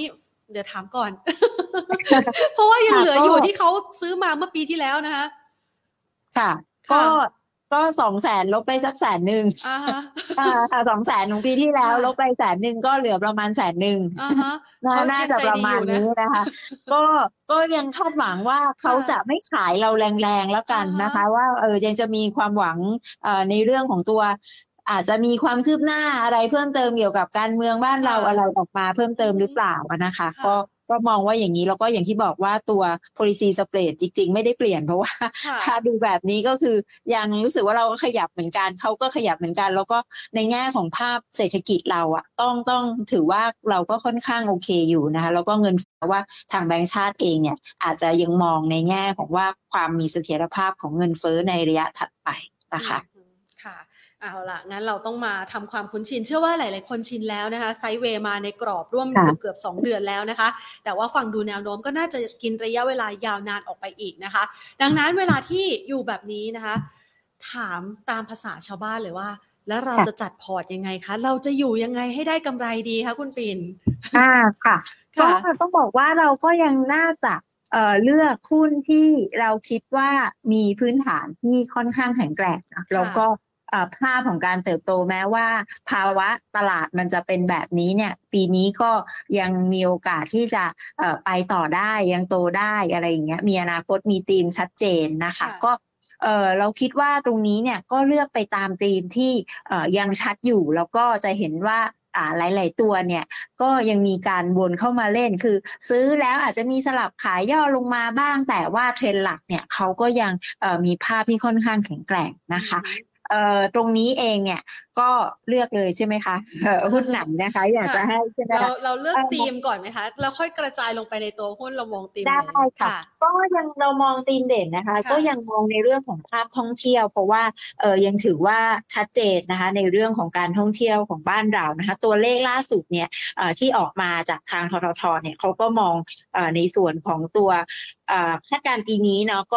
เดี๋ยวถามก่อน เพราะว่ายังเหลืออยู่ที่เขาซื้อมาเมื่อปีที่แล้วนะคะค่ะก็200,000ลบไปสัก100,000ค่ะ200,000ของปีที่แล้วลบไป100,000ก็เหลือประมาณ100,000น่าจะประมาณนี้นะคะก็ยังคาดหวังว่าเขาจะไม่ขายเราแรงๆแล้วกันนะคะว่ายังจะมีความหวังในเรื่องของตัวอาจจะมีความคืบหน้าอะไรเพิ่มเติมเกี่ยวกับการเมืองบ้านเราอะไรออกมาเพิ่มเติมหรือเปล่านะคะก็มองว่าอย่างนี้แล้วก็อย่างที่บอกว่าตัว policy spread จริงๆไม่ได้เปลี่ยนเพราะว่าถ้าดูแบบนี้ก็คือยังรู้สึกว่าเราก็ขยับเหมือนกันเขาก็ขยับเหมือนกันแล้วก็ในแง่ของภาพเศรษฐกิจเราอ่ะต้องถือว่าเราก็ค่อนข้างโอเคอยู่นะคะแล้วก็เงินว่าทางแบงก์ชาติเองเนี่ยอาจจะยังมองในแง่ของว่าความมีเสถียรภาพของเงินเฟ้อในระยะถัดไปนะคะค่ะเอาล่ะงั้นเราต้องมาทำความคุ้นชินเชื่อว่าหลายๆคนชินแล้วนะคะไซด์เวย์มาในกรอบร่วมเกือบ2 เดือนแล้วนะคะแต่ว่าฟังดูแนวโน้มก็น่าจะกินระยะเวลายาวนานออกไปอีกนะคะดังนั้นเวลาที่อยู่แบบนี้นะคะถามตามภาษาชาวบ้านเลยว่าแล้วเราจะจัดพอร์ตยังไงคะเราจะอยู่ยังไงให้ได้กำไรดีคะคุณปิ่นค่ะก็ต้องบอกว่าเราก็ยังน่าจะเลือกหุ้นที่เราคิดว่ามีพื้นฐานที่ค่อนข้างแข็งแกร่งนะแล้วก็ภาพของการเติบโตแม้ว่าภาวะตลาดมันจะเป็นแบบนี้เนี่ยปีนี้ก็ยังมีโอกาสที่จะไปต่อได้ยังโตได้อะไรอย่างเงี้ยมีอนาคตมีธีมชัดเจนนะคะก็เราคิดว่าตรงนี้เนี่ยก็เลือกไปตามธีมที่ยังชัดอยู่แล้วก็จะเห็นว่าหลายๆตัวเนี่ยก็ยังมีการวนเข้ามาเล่นคือซื้อแล้วอาจจะมีสลับขายย่อลงมาบ้างแต่ว่าเทรนด์หลักเนี่ยเขาก็ยังมีภาพที่ค่อนข้างแข็งแกร่งนะคะตรงนี้เองเนี่ยก็เลือกเลยใช่ไหมคะหุ้นไหนนะคะอยากจะให้ใช่ไหมเราเลือกธีมก่อนไหมคะแล้วค่อยกระจายลงไปในตัวหุ้นเรามองธีมไหนได้ค่ะก็ยังเรามองธีมเด่นนะคะก็ยังมองในเรื่องของภาพท่องเที่ยวเพราะว่ายังถือว่าชัดเจนนะคะในเรื่องของการท่องเที่ยวของบ้านเรานะคะตัวเลขล่าสุดเนี่ยที่ออกมาจากทางทททเนี่ยเขาก็มองในส่วนของตัวคาดการณ์ปีนี้เนาะก็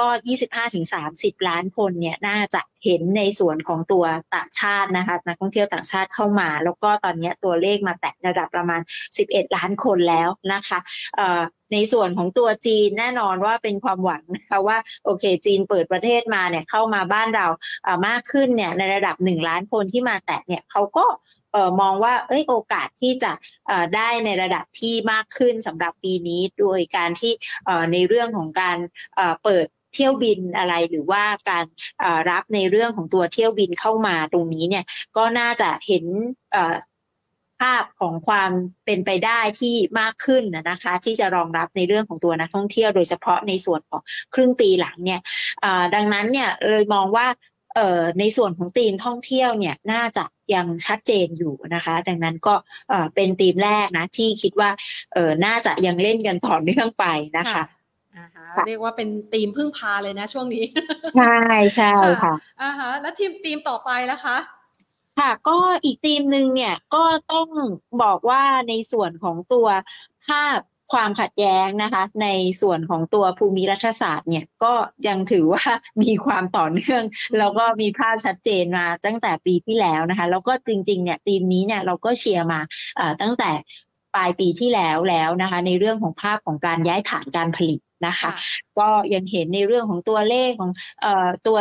25-30 ล้านคนเนี่ยน่าจะเห็นในส่วนของตัวต่างชาตินะคะนักท่องเที่ยวต่างชาติเข้ามาแล้วก็ตอนนี้ตัวเลขมาแตะระดับประมาณ11 ล้านคนแล้วนะคะในส่วนของตัวจีนแน่นอนว่าเป็นความหวังนะคะว่าโอเคจีนเปิดประเทศมาเนี่ยเข้ามาบ้านเรามากขึ้นเนี่ยในระดับ1 ล้านคนที่มาแตะเนี่ยเขาก็มองว่าโอกาสที่จะได้ในระดับที่มากขึ้นสำหรับปีนี้โดยการที่ในเรื่องของการเปิดเที่ยวบินอะไรหรือว่าการรับในเรื่องของตัวเที่ยวบินเข้ามาตรงนี้เนี่ยก็น่าจะเห็นภาพของความเป็นไปได้ที่มากขึ้นนะคะที่จะรองรับในเรื่องของตัวนักท่องเที่ยวโดยเฉพาะในส่วนของครึ่งปีหลังเนี่ยดังนั้นเนี่ยเลยมองว่าในส่วนของธีมท่องเที่ยวเนี่ยน่าจะยังชัดเจนอยู่นะคะดังนั้นก็เป็นธีมแรกนะที่คิดว่าน่าจะยังเล่นกันต่อเนื่องไปนะคะเรียกว่าเป็นธีมพึ่งพาเลยนะช่วงนี้ใช่ใช่ค่ะแล้วธีมต่อไปแล้วคะค่ะก็อีกธีมหนึ่งเนี่ยก็ต้องบอกว่าในส่วนของตัวภาพความขัดแย้งนะคะในส่วนของตัวภูมิรัฐศาสตร์เนี่ยก็ยังถือว่ามีความต่อเนื่องแล้วก็มีภาพชัดเจนมาตั้งแต่ปีที่แล้วนะคะแล้วก็จริงๆเนี่ยธีมนี้เนี่ยเราก็เชียร์มาตั้งแต่ปลายปีที่แล้วนะคะในเรื่องของภาพของการย้ายฐานการผลิตนะคะก็ยังเห็นในเรื่องของตัวเลขของตัว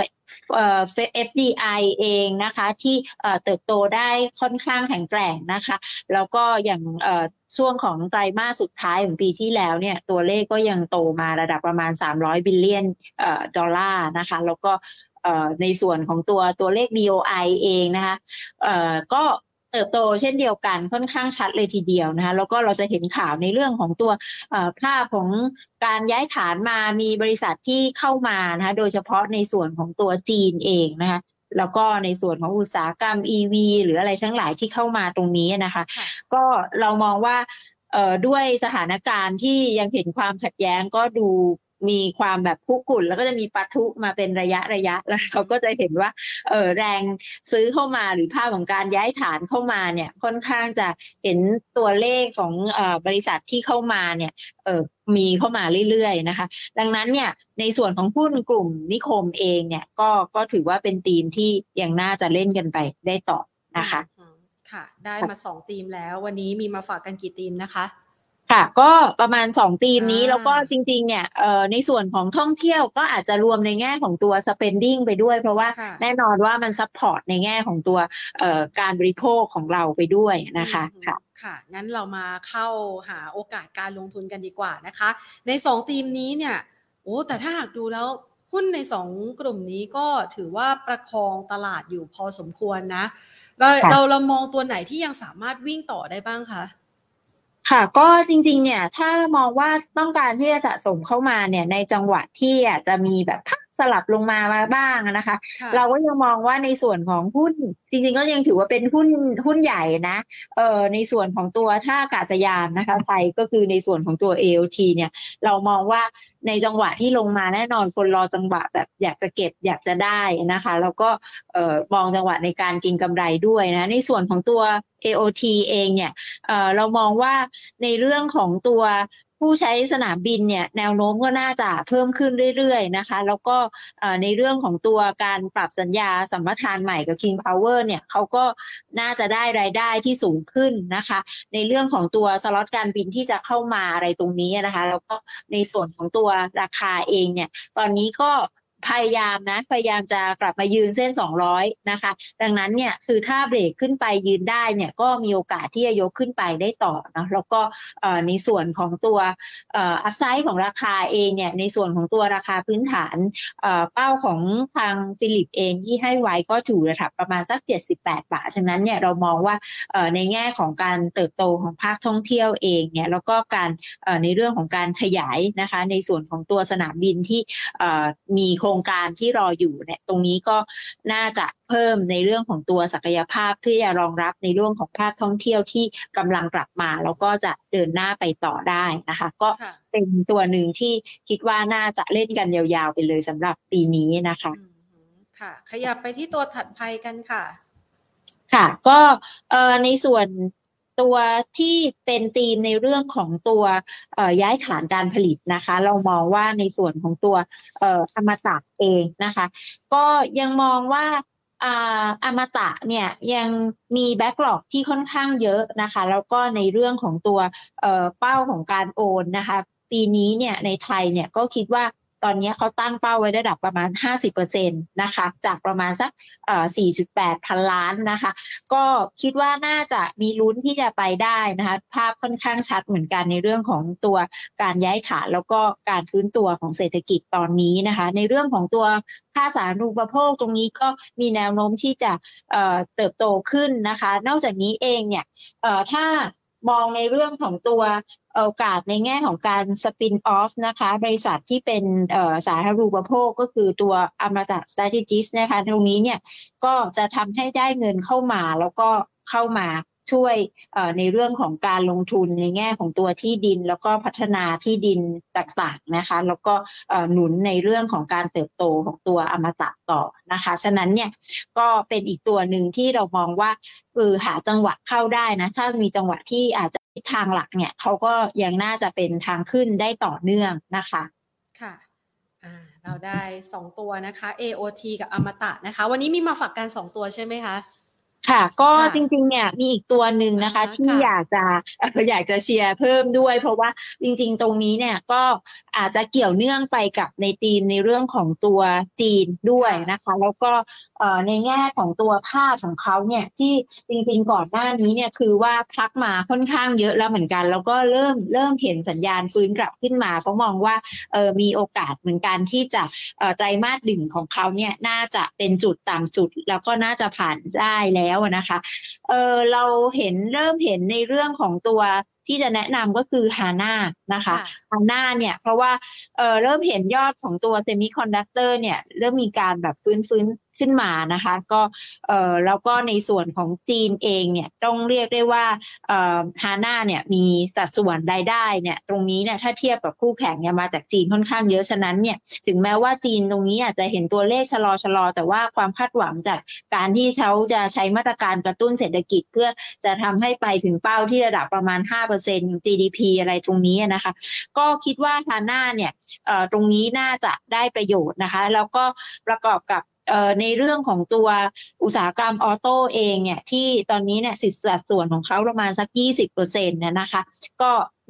FDI เองนะคะที่เติบโตได้ค่อนข้างแข็งแกร่งนะคะแล้วก็อย่างช่วงของไตรมาสสุดท้ายของปีที่แล้วเนี่ยตัวเลขก็ยังโตมาระดับประมาณ300 บิลเลียนดอลลาร์นะคะแล้วก็ในส่วนของตัวเลข BOI เองนะคะก็เติบโตเช่นเดียวกันค่อนข้างชัดเลยทีเดียวนะคะแล้วก็เราจะเห็นข่าวในเรื่องของตัวภาพของการย้ายฐานมามีบริษัทที่เข้ามานะคะโดยเฉพาะในส่วนของตัวจีนเองนะคะแล้วก็ในส่วนของอุตสาหกรรม EV หรืออะไรทั้งหลายที่เข้ามาตรงนี้นะคะก็เรามองว่าด้วยสถานการณ์ที่ยังเห็นความขัดแย้งก็ดูมีความแบบคุกรุ่นแล้วก็จะมีปะทุมาเป็นระยะแล้วเราก็จะเห็นว่าแรงซื้อเข้ามาหรือภาพของการย้ายฐานเข้ามาเนี่ยค่อนข้างจะเห็นตัวเลขของบริษัทที่เข้ามาเนี่ยมีเข้ามาเรื่อยๆนะคะดังนั้นเนี่ยในส่วนของหุ้นกลุ่มนิคมเองเนี่ยก็ถือว่าเป็นธีมที่ยังน่าจะเล่นกันไปได้ต่อนะคะค่ะได้มา2ธีมแล้ววันนี้มีมาฝากกันกี่ธีมนะคะค่ะก็ประมาณ2 ธีมอ่นี้แล้วก็าจริงๆเนี่ยในส่วนของท่องเที่ยวก็อาจจะรวมในแง่ของตัว spending ไปด้วยเพราะว่าค่ะแน่นอนว่ามันซัพพอร์ตในแง่ของตัวการบริโภคของเราไปด้วยอืมนะคะค่ะค่ะงั้นเรามาเข้าหาโอกาสการลงทุนกันดีกว่านะคะใน2ธีมนี้เนี่ยโอ้แต่ถ้าหากดูแล้วหุ้นใน2กลุ่มนี้ก็ถือว่าประคองตลาดอยู่พอสมควรนะเราค่ะมองตัวไหนที่ยังสามารถวิ่งต่อได้บ้างคะค่ะก็จริงๆเนี่ยถ้ามองว่าต้องการที่จะสะสมเข้ามาเนี่ยในจังหวะที่อาจจะมีแบบพักสลับลงมาบ้างนะคะค่ะเราก็ยังมองว่าในส่วนของหุ้นจริงๆก็ยังถือว่าเป็นหุ้นใหญ่นะในส่วนของตัวท่าอากาศยานนะคะไทยก็คือในส่วนของตัว AOT เนี่ยเรามองว่าในจังหวะที่ลงมาแน่นอนคนรอจังหวะแบบอยากจะเก็บอยากจะได้นะคะแล้วก็มองจังหวะในการกินกำไรด้วยนะในส่วนของตัว AOT เองเนี่ย เรามองว่าในเรื่องของตัวผู้ใช้สนามบินเนี่ยแนวโน้มก็น่าจะเพิ่มขึ้นเรื่อยๆนะคะแล้วก็ในเรื่องของตัวการปรับสัญญาสัมปทานใหม่กับ King Power เนี่ยเขาก็น่าจะได้รายได้ที่สูงขึ้นนะคะในเรื่องของตัวสล็อตการบินที่จะเข้ามาอะไรตรงนี้นะคะแล้วก็ในส่วนของตัวราคาเองเนี่ยตอนนี้ก็พยายามจะกลับมายืนเส้น200นะคะดังนั้นเนี่ยคือถ้าเบรกขึ้นไปยืนได้เนี่ยก็มีโอกาสที่จะยกขึ้นไปได้ต่อนะแล้วก็ในส่วนของตัวอัพไซด์ของราคาเองเนี่ยในส่วนของตัวราคาพื้นฐานเป้าของทางฟิลิปเองที่ให้ไว้ก็ถูกระดับประมาณสัก78 บาทฉะนั้นเนี่ยเรามองว่าในแง่ของการเติบโตของภาคท่องเที่ยวเองเนี่ยแล้วก็การในเรื่องของการขยายนะคะในส่วนของตัวสนามบินที่มีโครงการที่รออยู่เนี่ยตรงนี้ก็น่าจะเพิ่มในเรื่องของตัวศักยภาพที่จะรองรับในเรื่องของภาคท่องเที่ยวที่กำลังกลับมาแล้วก็จะเดินหน้าไปต่อได้นะคะก็ค่ะเป็นตัวหนึ่งที่คิดว่าน่าจะเล่นกันยาวๆไปเลยสำหรับปีนี้นะคะอืมค่ะขยับไปที่ตัวถัดไปกันค่ะค่ะก็ในส่วนตัวที่เป็นธีมในเรื่องของตัวย้ายฐานการผลิตนะคะเรามองว่าในส่วนของตัวอมตะเองนะคะก็ยังมองว่าอมตะเนี่ยยังมีแบ็กหลอกที่ค่อนข้างเยอะนะคะแล้วก็ในเรื่องของตัวเป้าของการโอนนะคะปีนี้เนี่ยในไทยเนี่ยก็คิดว่าตอนนี้เขาตั้งเป้าไว้ระดับประมาณ50%นะคะจากประมาณสัก4.8พันล้านนะคะ ก็คิดว่าน่าจะมีลุ้นที่จะไปได้นะคะภาพค่อนข้างชัดเหมือนกันในเรื่องของตัวการย้ายฐานแล้วก็การฟื้นตัวของเศรษฐกิจตอนนี้นะคะในเรื่องของตัวค่าสาธารณูปโภคตรงนี้ก็มีแนวโน้มที่จะเติบโตขึ้นนะคะนอกจากนี้เองเนี่ยถ้ามองในเรื่องของตัวโอกาสในแง่ของการสปินออฟนะคะบริษัทที่เป็นสาธารณูปโภคก็คือตัวอมตะ Strategist นะคะตรงนี้เนี่ย ก็จะทำให้ได้เงินเข้ามาแล้วก็เข้ามาช่วยในเรื่องของการลงทุนในแง่ของตัวที่ดินแล้วก็พัฒนาที่ดินต่างๆนะคะแล้วก็หนุนในเรื่องของการเติบโตของตัวอมตะต่อนะคะฉะนั้นเนี่ยก็เป็นอีกตัวหนึ่งที่เรามองว่าหาจังหวะเข้าได้นะถ้ามีจังหวะที่อาจจะทางหลักเนี่ยเขาก็ยังน่าจะเป็นทางขึ้นได้ต่อเนื่องนะคะค่ะเราได้2ตัวนะคะ AOT กับอมตะนะคะวันนี้มีมาฝากกัน2ตัวใช่ไหมคะค่ะก็ค่ะจริงๆเนี่ยมีอีกตัวหนึ่งนะคะที่ค่ะอยากจะเชียร์เพิ่มด้วยเพราะว่าจริงๆตรงนี้เนี่ยก็อาจจะเกี่ยวเนื่องไปกับในธีมในเรื่องของตัวจีนด้วยค่ะนะคะแล้วก็ในแง่ของตัวภาพของเขาเนี่ยที่จริงๆก่อนหน้านี้เนี่ยคือว่าพักมาค่อนข้างเยอะแล้วเหมือนกันแล้วก็เริ่มเห็นสัญญาณฟื้นกลับขึ้นมาก็มองว่ามีโอกาสเหมือนกันที่จะไตรมาสหนึ่งของเขาเนี่ยน่าจะเป็นจุดต่ำสุดแล้วก็น่าจะผ่านได้แล้วนะคะเราเริ่มเห็นในเรื่องของตัวที่จะแนะนำก็คือฮาน่านะคะค่ะฮาน่าเนี่ยเพราะว่าเริ่มเห็นยอดของตัวเซมิคอนดักเตอร์เนี่ยเริ่มมีการแบบฟื้นขึ้นมานะคะก็แล้วก็ในส่วนของจีนเองเนี่ยต้องเรียกได้ว่าฮาน่าเนี่ยมีสัดส่วนรายได้เนี่ยตรงนี้เนี่ยถ้าเทียบกับคู่แข่งเนี่ยมาจากจีนค่อนข้างเยอะฉะนั้นเนี่ยถึงแม้ว่าจีนตรงนี้อาจจะเห็นตัวเลขชะลอแต่ว่าความคาดหวังจากการที่เขาจะใช้มาตรการกระตุ้นเศรษฐกิจเพื่อจะทำให้ไปถึงเป้าที่ระดับประมาณ5%ของ GDP อะไรตรงนี้นะคะก็คิดว่าฮาน่าเนี่ยตรงนี้น่าจะได้ประโยชน์นะคะแล้วก็ประกอบกับในเรื่องของตัวอุตสาหกรรมออโต้เองเนี่ยที่ตอนนี้เนี่ยสัดส่วนของเขาประมาณสัก20%เนี่ยนะคะก็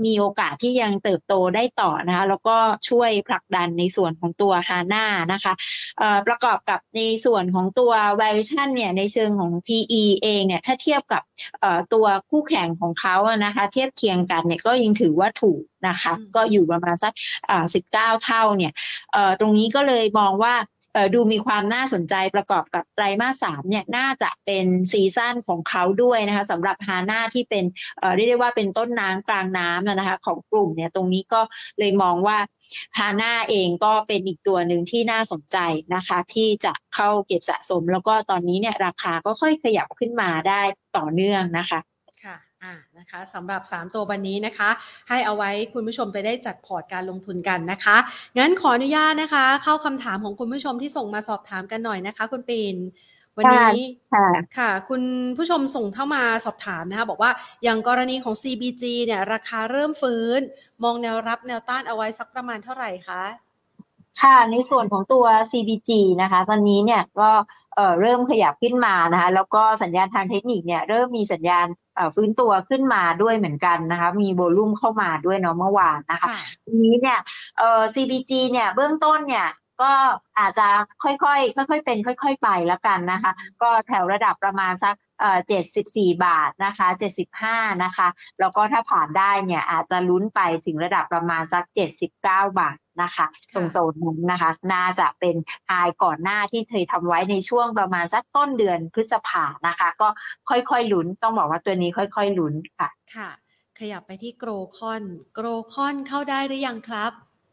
มีโอกาสที่ยังเติบโตได้ต่อนะคะแล้วก็ช่วยผลักดันในส่วนของตัว HANA นะคะประกอบกับในส่วนของตัว valuation เนี่ยในเชิงของ PE เองเนี่ยถ้าเทียบกับตัวคู่แข่งของเขาอะนะคะเทียบเคียงกันเนี่ยก็ยังถือว่าถูกนะคะก็อยู่ประมาณสัก19เท่าเนี่ยตรงนี้ก็เลยมองว่าดูมีความน่าสนใจประกอบกับไตรมาส3เนี่ยน่าจะเป็นซีซั่นของเขาด้วยนะคะสำหรับ HANA ที่เป็นเรียกได้ว่าเป็นต้นน้ำกลางน้ำนะคะของกลุ่มเนี่ยตรงนี้ก็เลยมองว่า HANA เองก็เป็นอีกตัวหนึ่งที่น่าสนใจนะคะที่จะเข้าเก็บสะสมแล้วก็ตอนนี้เนี่ยราคาก็ค่อยขยับขึ้นมาได้ต่อเนื่องนะคะค่ะนะคะสำหรับ3ตัววันนี้นะคะให้เอาไว้คุณผู้ชมไปได้จัดพอร์ตการลงทุนกันนะคะงั้นขออนุญาตนะคะเข้าคำถามของคุณผู้ชมที่ส่งมาสอบถามกันหน่อยนะคะคุณปิ่นวันนี้ค่ะคุณผู้ชมส่งเข้ามาสอบถามนะคะบอกว่าอย่างกรณีของ CBG เนี่ยราคาเริ่มฟื้นมองแนวรับแนวต้านเอาไว้สักประมาณเท่าไหร่คะค่ะในส่วนของตัว CBG นะคะตอนนี้เนี่ยก็เริ่มขยับขึ้นมานะคะแล้วก็สัญญาณทางเทคนิคเนี่ยเริ่มมีสัญญาณฟื้นตัวขึ้นมาด้วยเหมือนกันนะคะมีโวลุ่มเข้ามาด้วยเนาะเมื่อวานนะคะทีนี้เนี่ยCBG เนี่ยเบื้องต้นเนี่ยก็อาจจะค่อยๆเป็นค่อยๆไปแล้วกันนะคะก็แถวระดับประมาณสัก74 บาทนะคะ75นะคะแล้วก็ถ้าผ่านได้เนี่ยอาจจะลุ้นไปถึงระดับประมาณสัก79 บาทนะคะตรงโซนนั้นนะคะน่าจะเป็นไฮก่อนหน้าที่เคยทำไว้ในช่วงประมาณสักต้นเดือนพฤษภานะคะก็ค่อยๆลุ้นต้องบอกว่าตัวนี้ค่อยๆลุ้นค่ะค่ะขยับไปที่โกลคอนเข้าได้หรือยังครับ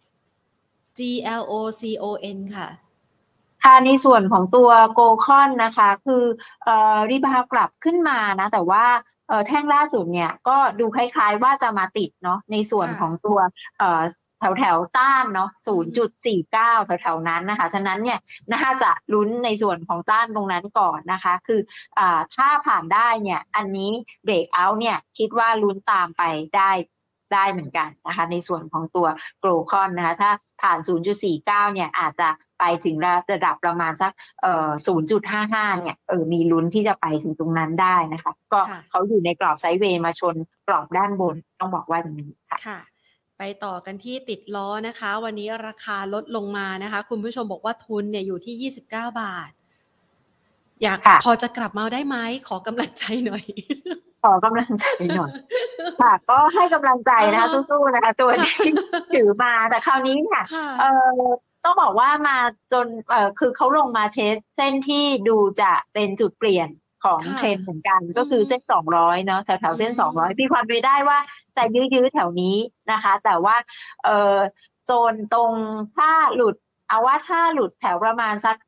GLOCON ค่ะค่ะในส่วนของตัวโกลคอนนะคะคือรีบาวกลับขึ้นมานะแต่ว่าแท่งล่าสุดเนี่ยก็ดูคล้ายๆว่าจะมาติดเนาะในส่วนของตัวแถวต้านเนาะ0.49แถวๆนั้นนะคะฉะนั้นเนี่ยน่าจะลุ้นในส่วนของต้านตรงนั้นก่อนนะคะคือถ้าผ่านได้เนี่ยอันนี้เบรกเอาท์เนี่ยคิดว่าลุ้นตามไปได้เหมือนกันนะคะในส่วนของตัวโกลคอนนะคะถ้าผ่าน 0.49 เนี่ยอาจจะไปถึงระดับประมาณสัก0.55 เนี่ยมีลุ้นที่จะไปถึงตรงนั้นได้นะคะก็เขาอยู่ในกรอบไซด์เวย์มาชนกรอบด้านบนต้องบอกว่าอย่างนี้ค่ะไปต่อกันที่ติดล้อนะคะวันนี้ราคาลดลงมานะคะคุณผู้ชมบอกว่าทุนเนี่ยอยู่ที่29 บาทอยากพอจะกลับมาได้ไหมขอกำลังใจหน่อยขอกำลังใจหน่อยค่ะก็ให้กำลังใจนะคะสู้ๆนะคะตัวที่ถือมาแต่คราวนี้เนี่ยต้องบอกว่ามาจนคือเขาลงมาเทสเส้นที่ดูจะเป็นจุดเปลี่ยนของเทรนเหมือนกันก็คือเส้น200เนาะแถวๆเส้น200มีความเป็นไปได้ว่าจะยื้อแถวนี้นะคะแต่ว่าโซนตรงถ้าหลุดเอาว่าถ้าหลุดแถวประมาณสัก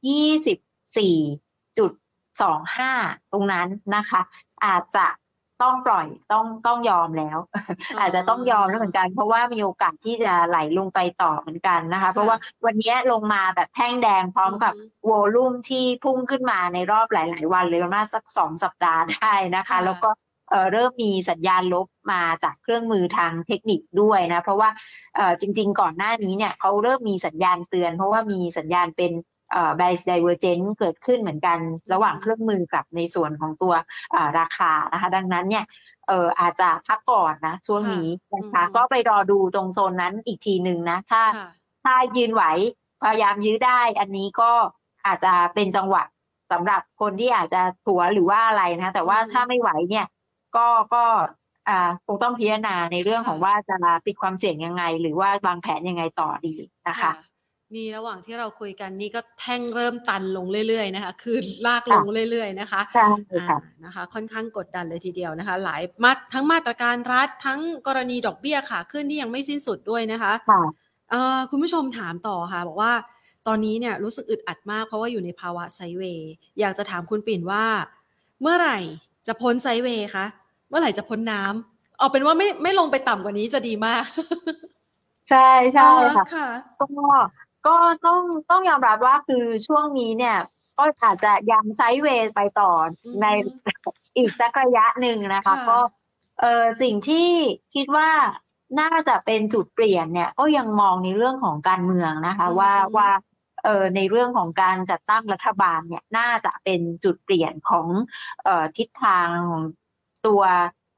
24.25ตรงนั้นนะคะอาจจะต้องปล่อยต้องยอมแล้ว อาจจะต้องยอมแล้วเหมือนกันเพราะว่ามีโอกาสที่จะไหลลงไปต่อเหมือนกันนะคะเพราะว่าวันนี้ลงมาแบบแท่งแดงพร้อมกับโวลุ่มที่พุ่งขึ้นมาในรอบหลายๆวันเลยประมาณสัก2 สัปดาห์ได้นะคะแล้วก็เริ่มมีสัญญาณลบมาจากเครื่องมือทางเทคนิคด้วยนะเพราะว่าจริงๆก่อนหน้านี้เนี่ยเขาเริ่มมีสัญญาณเตือนเพราะว่ามีสัญญาณเป็นbearish divergence เกิดขึ้นเหมือนกันระหว่างเครื่องมือกับในส่วนของตัวราคานะคะดังนั้นเนี่ยอาจจะพักก่อนนะช่วงนี้นะคะก็ไปรอดูตรงโซนนั้นอีกทีหนึ่งนะถ้ายืนไหวพยายามยื้อได้อันนี้ก็อาจจะเป็นจังหวะสำหรับคนที่อาจจะถัวหรือว่าอะไรนะแต่ว่าถ้าไม่ไหวเนี่ยก็คงต้องพิจารณาในเรื่องของว่าจะปิดความเสี่ยงยังไงหรือว่าวางแผนยังไงต่อดีนะคะนี่ระหว่างที่เราคุยกันนี่ก็แท่งเริ่มตันลงเรื่อยๆนะคะคือลากลงเรื่อยๆนะคะใช่ค่ะนะคะค่อนข้างกดดันเลยทีเดียวนะคะหลายทั้งมาตรการรัฐทั้งกรณีดอกเบี้ยค่ะขึ้นที่ยังไม่สิ้นสุดด้วยนะคะคุณผู้ชมถามต่อค่ะบอกว่าตอนนี้เนี่ยรู้สึกอึดอัดมากเพราะว่าอยู่ในภาวะไซด์เวย์อยากจะถามคุณปิ่นว่าเมื่อไหร่จะพ้นไซด์เวย์คะเมื่อไหร่จะพ้นน้ำเอาเป็นว่าไม่ลงไปต่ำกว่านี้จะดีมากใช่ค่ะก็ต้องยอมรับว่าคือช่วงนี้เนี่ยก็อาจจะยังไซด์เวย์ไปต่อในอีกสักระยะหนึ่งนะคะก็สิ่งที่คิดว่าน่าจะเป็นจุดเปลี่ยนเนี่ยก็ยังมองในเรื่องของการเมืองนะคะว่าในเรื่องของการจัดตั้งรัฐบาลเนี่ยน่าจะเป็นจุดเปลี่ยนของทิศทางของตัว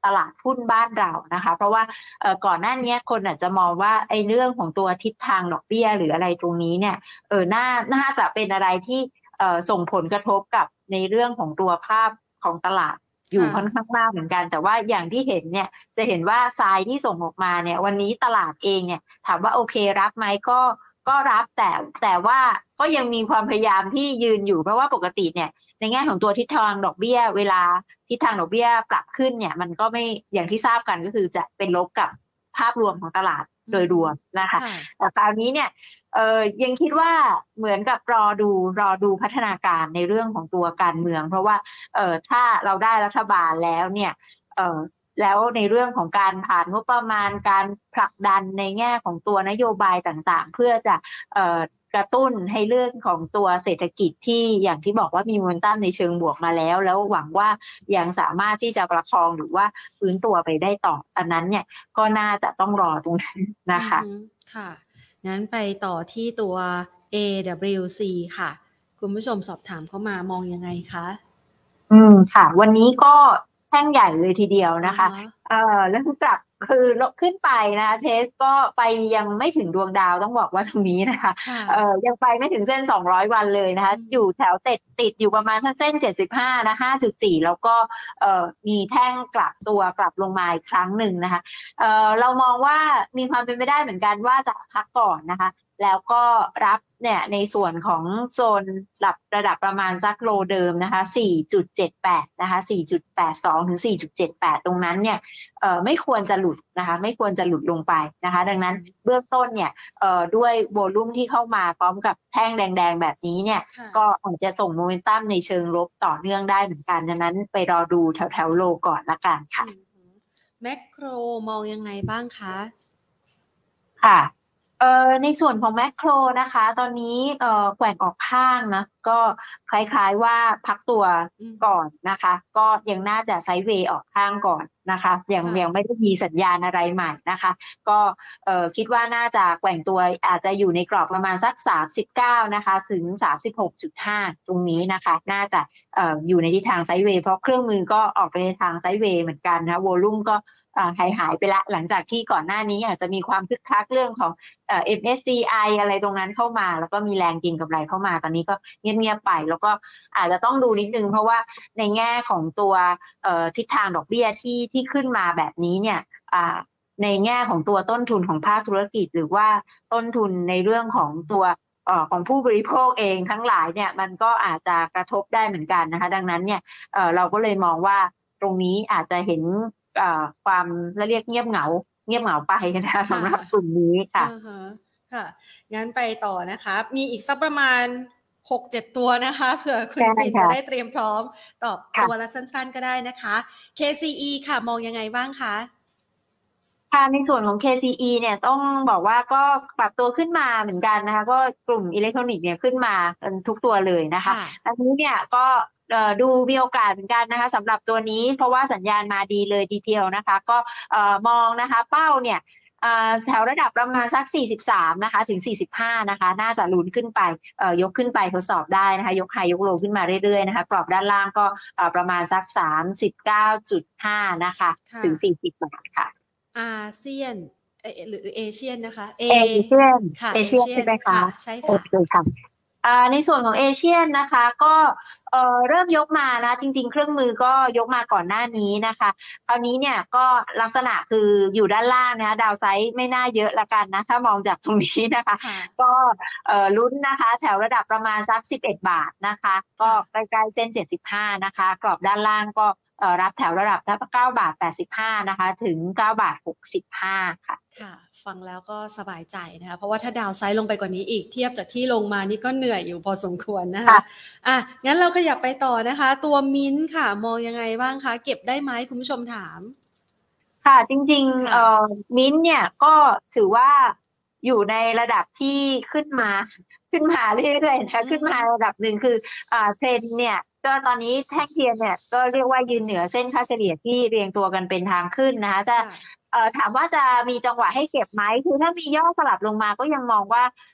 ตลาดหุ้นบ้านเรานะคะเพราะว่าก่อนหน้านี้คนอาจจะมองว่าไอ้เรื่องของตัวทิศทางดอกเบี้ยหรืออะไรตรงนี้เนี่ยน่าจะเป็นอะไรที่ส่งผลกระทบกับในเรื่องของตัวภาพของตลาดอยู่ค่อนข้างมากเหมือนกันแต่ว่าอย่างที่เห็นเนี่ยจะเห็นว่าทรายที่ส่งออกมาเนี่ยวันนี้ตลาดเองเนี่ยถามว่าโอเครับไหมก็รับแต่ว่าก็ยังมีความพยายามที่ยืนอยู่เพราะว่าปกติเนี่ยในแง่ของตัวทิศทางดอกเบี้ยเวลาทิศทางดอกเบี้ยปรับขึ้นเนี่ยมันก็ไม่อย่างที่ทราบกันก็คือจะเป็นลบกับภาพรวมของตลาดโดยรวมนะคะแต่คราวนี้เนี่ยยังคิดว่าเหมือนกับรอดูพัฒนาการในเรื่องของตัวการเมืองเพราะว่าถ้าเราได้รัฐบาลแล้วเนี่ยแล้วในเรื่องของการผ่านงบประมาณการผลักดันในแง่ของตัวนโยบายต่างๆเพื่อจะกระตุ้นให้เรื่องของตัวเศรษฐกิจที่อย่างที่บอกว่ามีโมเมนตัมในเชิงบวกมาแล้วหวังว่ายังสามารถที่จะประคองหรือว่าฟื้นตัวไปได้ต่ออันนั้นเนี่ยก็น่าจะต้องรอตรงนั้นนะคะค่ะงั้นไปต่อที่ตัว AWC ค่ะคุณผู้ชมสอบถามเข้ามามองยังไงคะค่ะวันนี้ก็แท่งใหญ่เลยทีเดียวนะคะแล้วคือขึ้นไปนะเทสก็ไปยังไม่ถึงดวงดาวต้องบอกว่าตรงนี้นะคะยังไปไม่ถึงเส้น200วันเลยนะคะอยู่แถวติดอยู่ประมาณเส้น75นะ 5.4 แล้วก็มีแท่งกลับลงมาอีกครั้งหนึ่งนะคะเรามองว่ามีความเป็นไปได้เหมือนกันว่าจะพักก่อนนะคะแล้วก็รับเนี่ยในส่วนของโซนระดับประมาณสักโลเดิมนะคะ 4.78 นะคะ 4.82 ถึง 4.78 ตรงนั้นเนี่ยไม่ควรจะหลุดนะคะไม่ควรจะหลุดลงไปนะคะดังนั้นเบื้องต้นเนี่ยด้วยโวลุ่มที่เข้ามาพร้อมกับแท่งแดงๆแบบนี้เนี่ยก็อาจจะส่งโมเมนตัมในเชิงลบต่อเนื่องได้เหมือนกันดังนั้นไปรอดูแถวโลก่อนละกันค่ะแมคโครมองยังไงบ้างคะค่ะในส่วนของแมคโครนะคะตอนนี้แกว่งออกข้างนะก็คล้ายๆว่าพักตัวก่อนนะคะก็ยังน่าจะไซด์เวย์ออกข้างก่อนนะคะยังไม่ได้มีสัญญาณอะไรใหม่นะคะก็คิดว่าน่าจะแกว่งตัวอาจจะอยู่ในกรอบประมาณสัก39นะคะถึง 36.5 ตรงนี้นะคะน่าจะอยู่ในทิศทางไซด์เวย์เพราะเครื่องมือก็ออกไปในทางไซด์เวย์เหมือนกันนะโวลุ่มก็หายไปละหลังจากที่ก่อนหน้านี้อาจจะมีความคึกคักเรื่องของMSCI อะไรตรงนั้นเข้ามาแล้วก็มีแรงกินกำไรเข้ามาตอนนี้ก็เงียบๆไปแล้วก็อาจจะต้องดูนิดนึงเพราะว่าในแง่ของตัวทิศทางดอกเบี้ยที่ขึ้นมาแบบนี้เนี่ยในแง่ของตัวต้นทุนของภาคธุรกิจหรือว่าต้นทุนในเรื่องของตัวของผู้บริโภคเองทั้งหลายเนี่ยมันก็อาจจะกระทบได้เหมือนกันนะคะดังนั้นเนี่ยเราก็เลยมองว่าตรงนี้อาจจะเห็นความเรียกเงียบเหงาไปนะคะสำหรับกลุ่มนี้ค่ะค่ะงั้นไปต่อนะคะมีอีกสักประมาณ 6-7 ตัวนะคะเผื่อคุณปิ่นจะได้เตรียมพร้อมตอบตัวละสั้นๆก็ได้นะคะ KCE ค่ะมองยังไงบ้างคะค่ะในส่วนของ KCE เนี่ยต้องบอกว่าก็ปรับตัวขึ้นมาเหมือนกันนะคะก็กลุ่มอิเล็กทรอนิกส์เนี่ยขึ้นมาทุกตัวเลยนะคะอันนี้เนี่ยก็ดูมีโอกาสเหมือนกันนะคะสำหรับตัวนี้เพราะว่าสัญญาณมาดีเลยดีเทลนะคะก็มองนะคะเป้าเนี่ยแถวระดับประมาณสัก43นะคะถึง45นะคะน่าจะลุ้นขึ้นไปยกขึ้นไปทดสอบได้นะคะยกไฮยกโลขึ้นมาเรื่อยๆนะคะกรอบด้านล่างก็ประมาณสัก 39.5 นะคะถึง40 บาทค่ะอาเซียนหรือเอเชียนนะคะเอเชียนใช่ไหมคะใช่ค่ะในส่วนของเอเชียนนะคะก็เริ่มยกมานะจริงๆเครื่องมือก็ยกมาก่อนหน้านี้นะคะคราวนี้เนี่ยก็ลักษณะคืออยู่ด้านล่างนะดาวไซด์ไม่น่าเยอะละกันนะถ้ามองจากตรงนี้นะคะก็ลุ้นนะคะแถวระดับประมาณสัก11 บาทนะคะก็ใกล้ๆเส้น75นะคะกรอบด้านล่างก็รับแถวระดับ9 บาท 85นะคะถึง9 บาท 65ค่ะฟังแล้วก็สบายใจนะคะเพราะว่าถ้าดาวไซด์ลงไปกว่านี้อีกเทียบจากที่ลงมานี่ก็เหนื่อยอยู่พอสมควรนะคะงั้นเราขยับไปต่อนะคะตัวมิ้นท์ค่ะมองยังไงบ้างคะเก็บได้ไหมคุณผู้ชมถามค่ะจริงๆมิ้นท์เนี่ยก็ถือว่าอยู่ในระดับที่ขึ้นมาเรื่อยๆนะคะขึ้นมาระดับหนึ่งคือเทรนเนี่ยก็ตอนนี้แท่งเทียนเนี่ยก็เรียกว่ายืนเหนือเส้นค่าเฉลี่ยที่เรียงตัวกันเป็นทางขึ้นนะคะจะถามว่าจะมีจังหวะให้เก็บไหมคือถ้ามีย่อสลับลงมาก็ยังมองว่า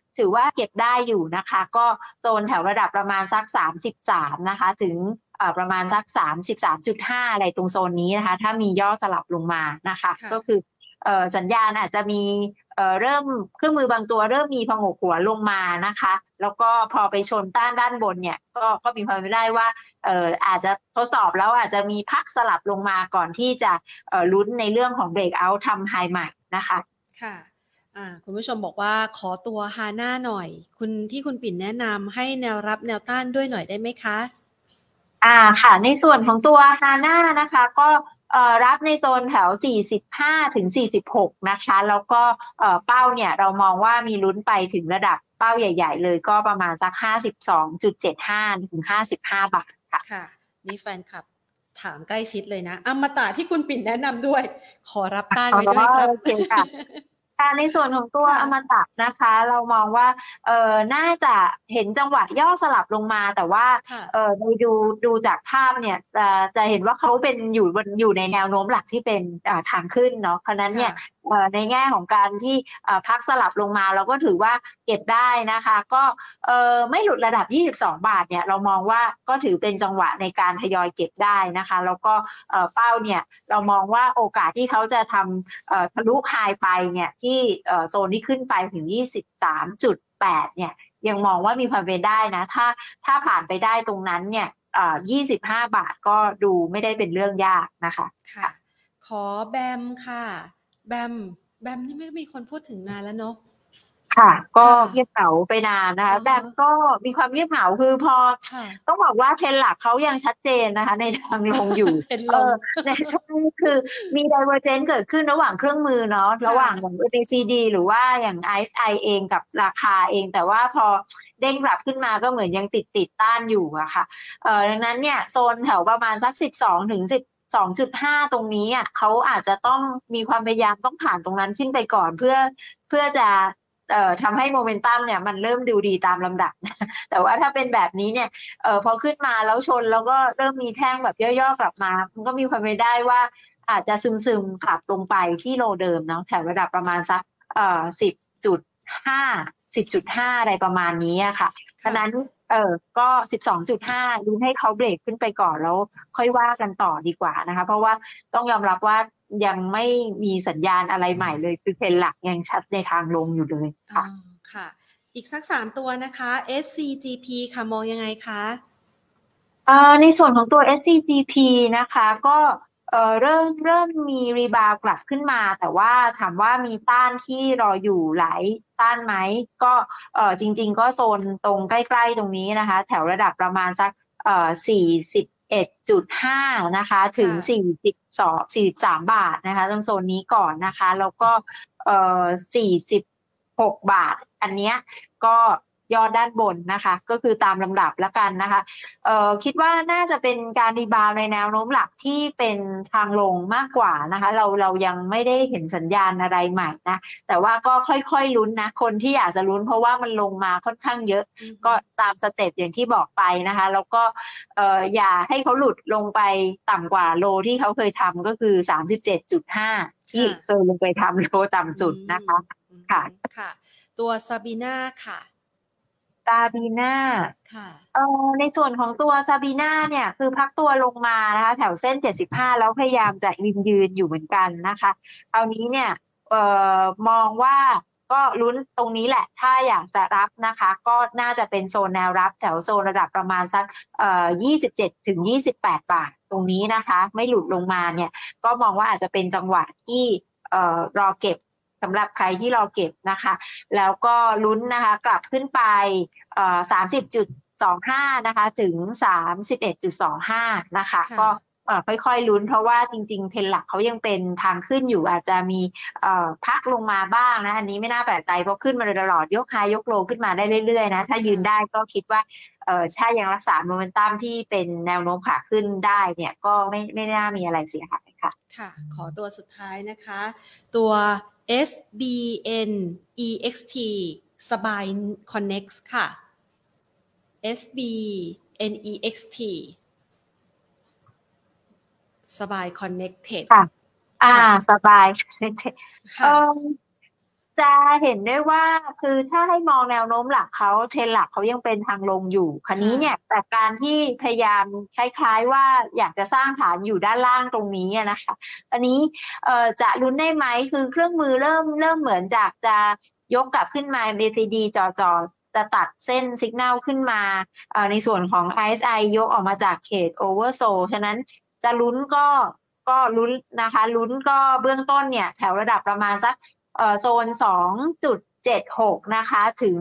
ถือว่าเก็บได้อยู่นะคะก็โซนแถวระดับประมาณสัก33นะคะถึงประมาณสัก33.5อะไรตรงโซนนี้นะคะถ้ามีย่อสลับลงมานะคะก็คือสัญญาณอาจจะมีเริ่มเครื่องมือบางตัวเริ่มมีผงกหัวลงมานะคะแล้วก็พอไปชนต้านด้านบนเนี่ยก็มีความเป็นไปได้ว่าอาจจะทดสอบแล้วอาจจะมีพักสลับลงมาก่อนที่จะลุ้นในเรื่องของ breakout ทำไฮใหม่นะคะค่ะคุณผู้ชมบอกว่าขอตัวฮาน่าหน่อยคุณปิ่นแนะนำให้แนวรับแนวต้านด้วยหน่อยได้ไหมคะค่ะในส่วนของตัวฮาน่านะคะก็รับในโซนแถว45ถึง46นะคะแล้วก็เป้าเนี่ยเรามองว่ามีลุ้นไปถึงระดับเป้าใหญ่ๆเลยก็ประมาณสัก52.75ถึง55บาทค่ะนี่แฟนคลับถามใกล้ชิดเลยนะอมตะที่คุณปิ่นแนะนำด้วยขอรับต้านไว้ด้วยครับโอเคค่ะในส่วนของตัวอมตะนะคะเรามองว่าน่าจะเห็นจังหวะย่อสลับลงมาแต่ว่าดูจากภาพเนี่ยจะเห็นว่าเขาเป็นอยู่ในแนวโน้มหลักที่เป็นทางขึ้นเนาะเพราะนั้นเนี่ยในแง่ของการที่พักสลับลงมาเราก็ถือว่าเก็บได้นะคะก็ไม่หลุดระดับ22บาทเนี่ยเรามองว่าก็ถือเป็นจังหวะในการทยอยเก็บได้นะคะแล้วก็เป้าเนี่ยเรามองว่าโอกาสที่เขาจะทำทะลุไฮไปเนี่ยที่โซนที่ขึ้นไปถึง23.8เนี่ยยังมองว่ามีความเป็นได้นะถ้าผ่านไปได้ตรงนั้นเนี่ย25บาทก็ดูไม่ได้เป็นเรื่องยากนะคะค่ะขอแบมค่ะแบมนี่ไม่มีคนพูดถึงนานแล้วเนาะค่ะก็เงียบเหงาไปนานนะคะแต่ก็มีความเงียบเหงาคือพอต้องบอกว่าเทรนหลักเขายังชัดเจนนะคะในทางลงอยู่ในช่วงคือมี divergence เกิดขึ้นระหว่างเครื่องมือเนาะระหว่างอย่าง MACD หรือว่าอย่าง RSI เองกับราคาเองแต่ว่าพอเด้งกลับขึ้นมาก็เหมือนยังติดต้านอยู่อะค่ะดังนั้นเนี่ยโซนแถวประมาณสัก12 ถึง 2.5ตรงนี้อ่ะเขาอาจจะต้องมีความพยายามต้องผ่านตรงนั้นขึ้นไปก่อนเพื่อจะทำให้โมเมนตัมเนี่ยมันเริ่มดูดีตามลำดับแต่ว่าถ้าเป็นแบบนี้เนี่ยพอขึ้นมาแล้วชนแล้วก็เริ่มมีแท่งแบบย่อๆกลับมามันก็มีความเป็นได้ว่าอาจจะซึมๆกลับลงไปที่โลเดิมเนาะแถวระดับประมาณสัก10.5อะไรประมาณนี้ค่ะฉะนั้นก็12.5ลุ้นให้เขาเบรกขึ้นไปก่อนแล้วค่อยว่ากันต่อดีกว่านะคะเพราะว่าต้องยอมรับว่ายังไม่มีสัญญาณอะไรใหม่เลยคือเทรนหลักยังชัดในทางลงอยู่เลยค่ะอีกสัก3ตัวนะคะ SCGP ค่ะมองยังไงคะในส่วนของตัว SCGP นะคะก็เริ่มมีรีบาวกลับขึ้นมาแต่ว่าถามว่ามีต้านที่รออยู่หลายต้านไหมก็จริงๆก็โซนตรงใกล้ๆตรงนี้นะคะแถวระดับประมาณสัก41.5นะคะถึง43บาทนะคะตรงโซนนี้ก่อนนะคะแล้วก็46บาทอันเนี้ยก็ยอดด้านบนนะคะก็คือตามลำดับแล้วกันนะคะคิดว่าน่าจะเป็นการรีบาวในแนวโน้มหลักที่เป็นทางลงมากกว่านะคะเรายังไม่ได้เห็นสัญญาณอะไรใหม่นะแต่ว่าก็ค่อยๆลุ้นนะคนที่อยากจะลุ้นเพราะว่ามันลงมาค่อนข้างเยอะก็ตามสเต็ปอย่างที่บอกไปนะคะแล้วก็อย่าให้เขาหลุดลงไปต่ำกว่าโลที่เขาเคยทำก็คือ37.5ที่เคยลงไปทำโลต่ำสุดนะคะค่ะตัวซาบีน่าค่ะซาบีน่าค่ะในส่วนของตัวซาบีน่าเนี่ยคือพักตัวลงมานะคะแถวเส้น75แล้วพยายามจะยืนอยู่เหมือนกันนะคะคราวนี้เนี่ยมองว่าก็ลุ้นตรงนี้แหละถ้าอยากจะรับนะคะก็น่าจะเป็นโซนแนวรับแถวโซนระดับประมาณสัก27ถึง28บาทตรงนี้นะคะไม่หลุดลงมาเนี่ยก็มองว่าอาจจะเป็นจังหวะที่รอเก็บสำหรับใครที่รอเก็บนะคะแล้วก็ลุ้นนะคะกลับขึ้นไป30.25นะคะถึง31.25นะคะก็ค่อยๆลุ้นเพราะว่าจริงๆเทรนหลักเขายังเป็นทางขึ้นอยู่อาจจะมีพักลงมาบ้างนะอันนี้ไม่น่าแปลกใจเพราะขึ้นมาตลอดยกไฮยกโลขึ้นมาได้เรื่อยๆนะถ้ายืนได้ก็คิดว่าถ้ายังรักษาโมเมนตัมที่เป็นแนวโน้มขาขึ้นได้เนี่ยก็ไม่น่ามีอะไรเสียหายค่ะค่ะขอตัวสุดท้ายนะคะตัว SBNEXT สบาย Connect ค่ะ SBNEXT สบาย Connected ค่ะสบาย Connected จะเห็นได้ว่าคือถ้าให้มองแนวโน้มหลักเขาเทรนหลักเขายังเป็นทางลงอยู่คราวนี้เนี่ยแต่การที่พยายามคล้ายๆว่าอยากจะสร้างฐานอยู่ด้านล่างตรงนี้นะคะอันนี้จะลุ้นได้ไหมคือเครื่องมือเริ่มเหมือนจากจะยกกลับขึ้นมา MACD จ่อจะตัดเส้นสัญญาณขึ้นมาในส่วนของ RSI ยกออกมาจากเขต Oversold ฉะนั้นจะลุ้นก็ลุ้นนะคะลุ้นก็เบื้องต้นเนี่ยแถวระดับประมาณสักโซน 2.76 นะคะถึง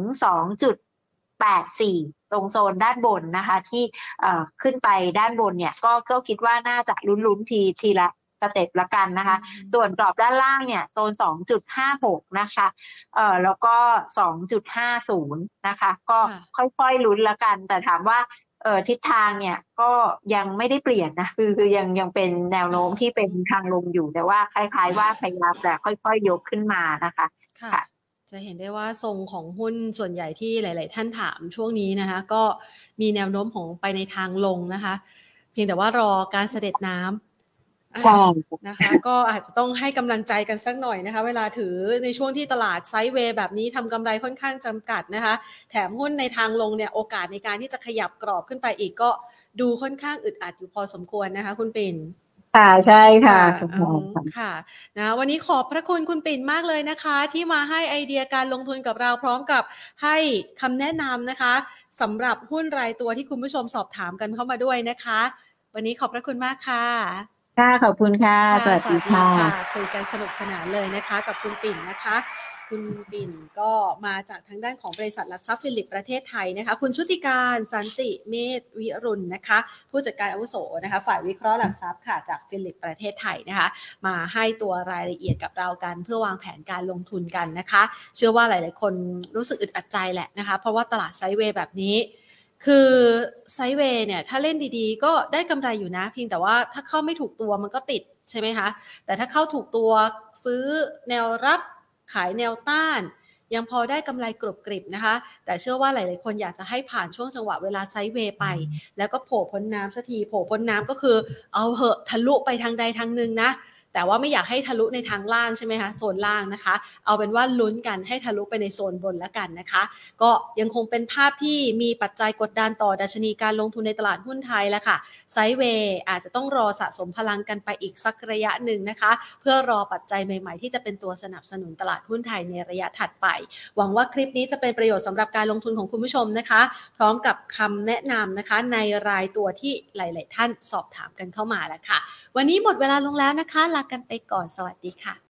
2.84 ตรงโซนด้านบนนะคะที่ขึ้นไปด้านบนเนี่ยก็คิดว่าน่าจะลุ้นทีละสเต็ปละกันนะคะส่วนกรอบด้านล่างเนี่ยโซน 2.56 นะคะแล้วก็ 2.50 นะคะก็ค่อยๆลุ้นละกันแต่ถามว่าทิศทางเนี่ยก็ยังไม่ได้เปลี่ยนนะคือยังเป็นแนวโน้มที่เป็นทางลงอยู่แต่ว่าคล้ายๆว่าพยายามจะค่อยๆยกขึ้นมานะคะค่ะจะเห็นได้ว่าทรงของหุ้นส่วนใหญ่ที่หลายๆท่านถามช่วงนี้นะคะก็มีแนวโน้มของไปในทางลงนะคะเพียงแต่ว่ารอการเสด็จน้ำใช่นะคะก็อาจจะต้องให้กำลังใจกันสักหน่อยนะคะเวลาถือในช่วงที่ตลาดไซด์เวย์แบบนี้ทำกำไรค่อนข้างจำกัดนะคะแถมหุ้นในทางลงเนี่ยโอกาสในการที่จะขยับกรอบขึ้นไปอีกก็ดูค่อนข้างอึดอัดอยู่พอสมควรนะคะคุณปิ่นค่ะใช่ค่ะค่ะนะวันนี้ขอบพระคุณคุณปิ่นมากเลยนะคะที่มาให้ไอเดียการลงทุนกับเราพร้อมกับให้คำแนะนำนะคะสำหรับหุ้นรายตัวที่คุณผู้ชมสอบถามกันเข้ามาด้วยนะคะวันนี้ขอบพระคุณมากค่ะค่ะขอบคุณค่ะสวัสดีค่ะคุยกันสนุกสนานเลยนะคะกับคุณปิ่นนะคะคุณปิ่นก็มาจากทางด้านของบริษัทหลักทรัพย์ฟิลิปประเทศไทยนะคะคุณชุติการสันติเมธวิรุณนะคะผู้จัดการอาวุโสนะคะฝ่ายวิเคราะห์หลักทรัพย์ค่ะจากฟิลิปประเทศไทยนะคะมาให้ตัวรายละเอียดกับเรากันเพื่อวางแผนการลงทุนกันนะคะเชื่อว่าหลายๆคนรู้สึกอึดอัดใจแหละนะคะเพราะว่าตลาดไซด์เวย์แบบนี้คือไซด์เวย์เนี่ยถ้าเล่นดีๆก็ได้กำไรอยู่นะเพียงแต่ว่าถ้าเข้าไม่ถูกตัวมันก็ติดใช่ไหมคะแต่ถ้าเข้าถูกตัวซื้อแนวรับขายแนวต้านยังพอได้กำไรกรุบกริบนะคะแต่เชื่อว่าหลายๆคนอยากจะให้ผ่านช่วงจังหวะเวลาไซด์เวย์ไปแล้วก็โผล่พ้นน้ำสักทีโผล่พ้นน้ำก็คือเอาเหอะทะลุไปทางใดทางหนึ่งนะแต่ว่าไม่อยากให้ทะลุในทางล่างใช่ไหมคะโซนล่างนะคะเอาเป็นว่าลุ้นกันให้ทะลุไปในโซนบนแล้วกันนะคะก็ยังคงเป็นภาพที่มีปัจจัยกดดันต่อดัชนีการลงทุนในตลาดหุ้นไทยแล้วค่ะไซด์เวย์อาจจะต้องรอสะสมพลังกันไปอีกสักระยะหนึ่งนะคะเพื่อรอปัจจัยใหม่ๆที่จะเป็นตัวสนับสนุนตลาดหุ้นไทยในระยะถัดไปหวังว่าคลิปนี้จะเป็นประโยชน์สำหรับการลงทุนของคุณผู้ชมนะคะพร้อมกับคำแนะนำนะคะในรายตัวที่หลายๆท่านสอบถามกันเข้ามาแล้วค่ะวันนี้หมดเวลาลงแล้วนะคะลากันไปก่อนสวัสดีค่ะ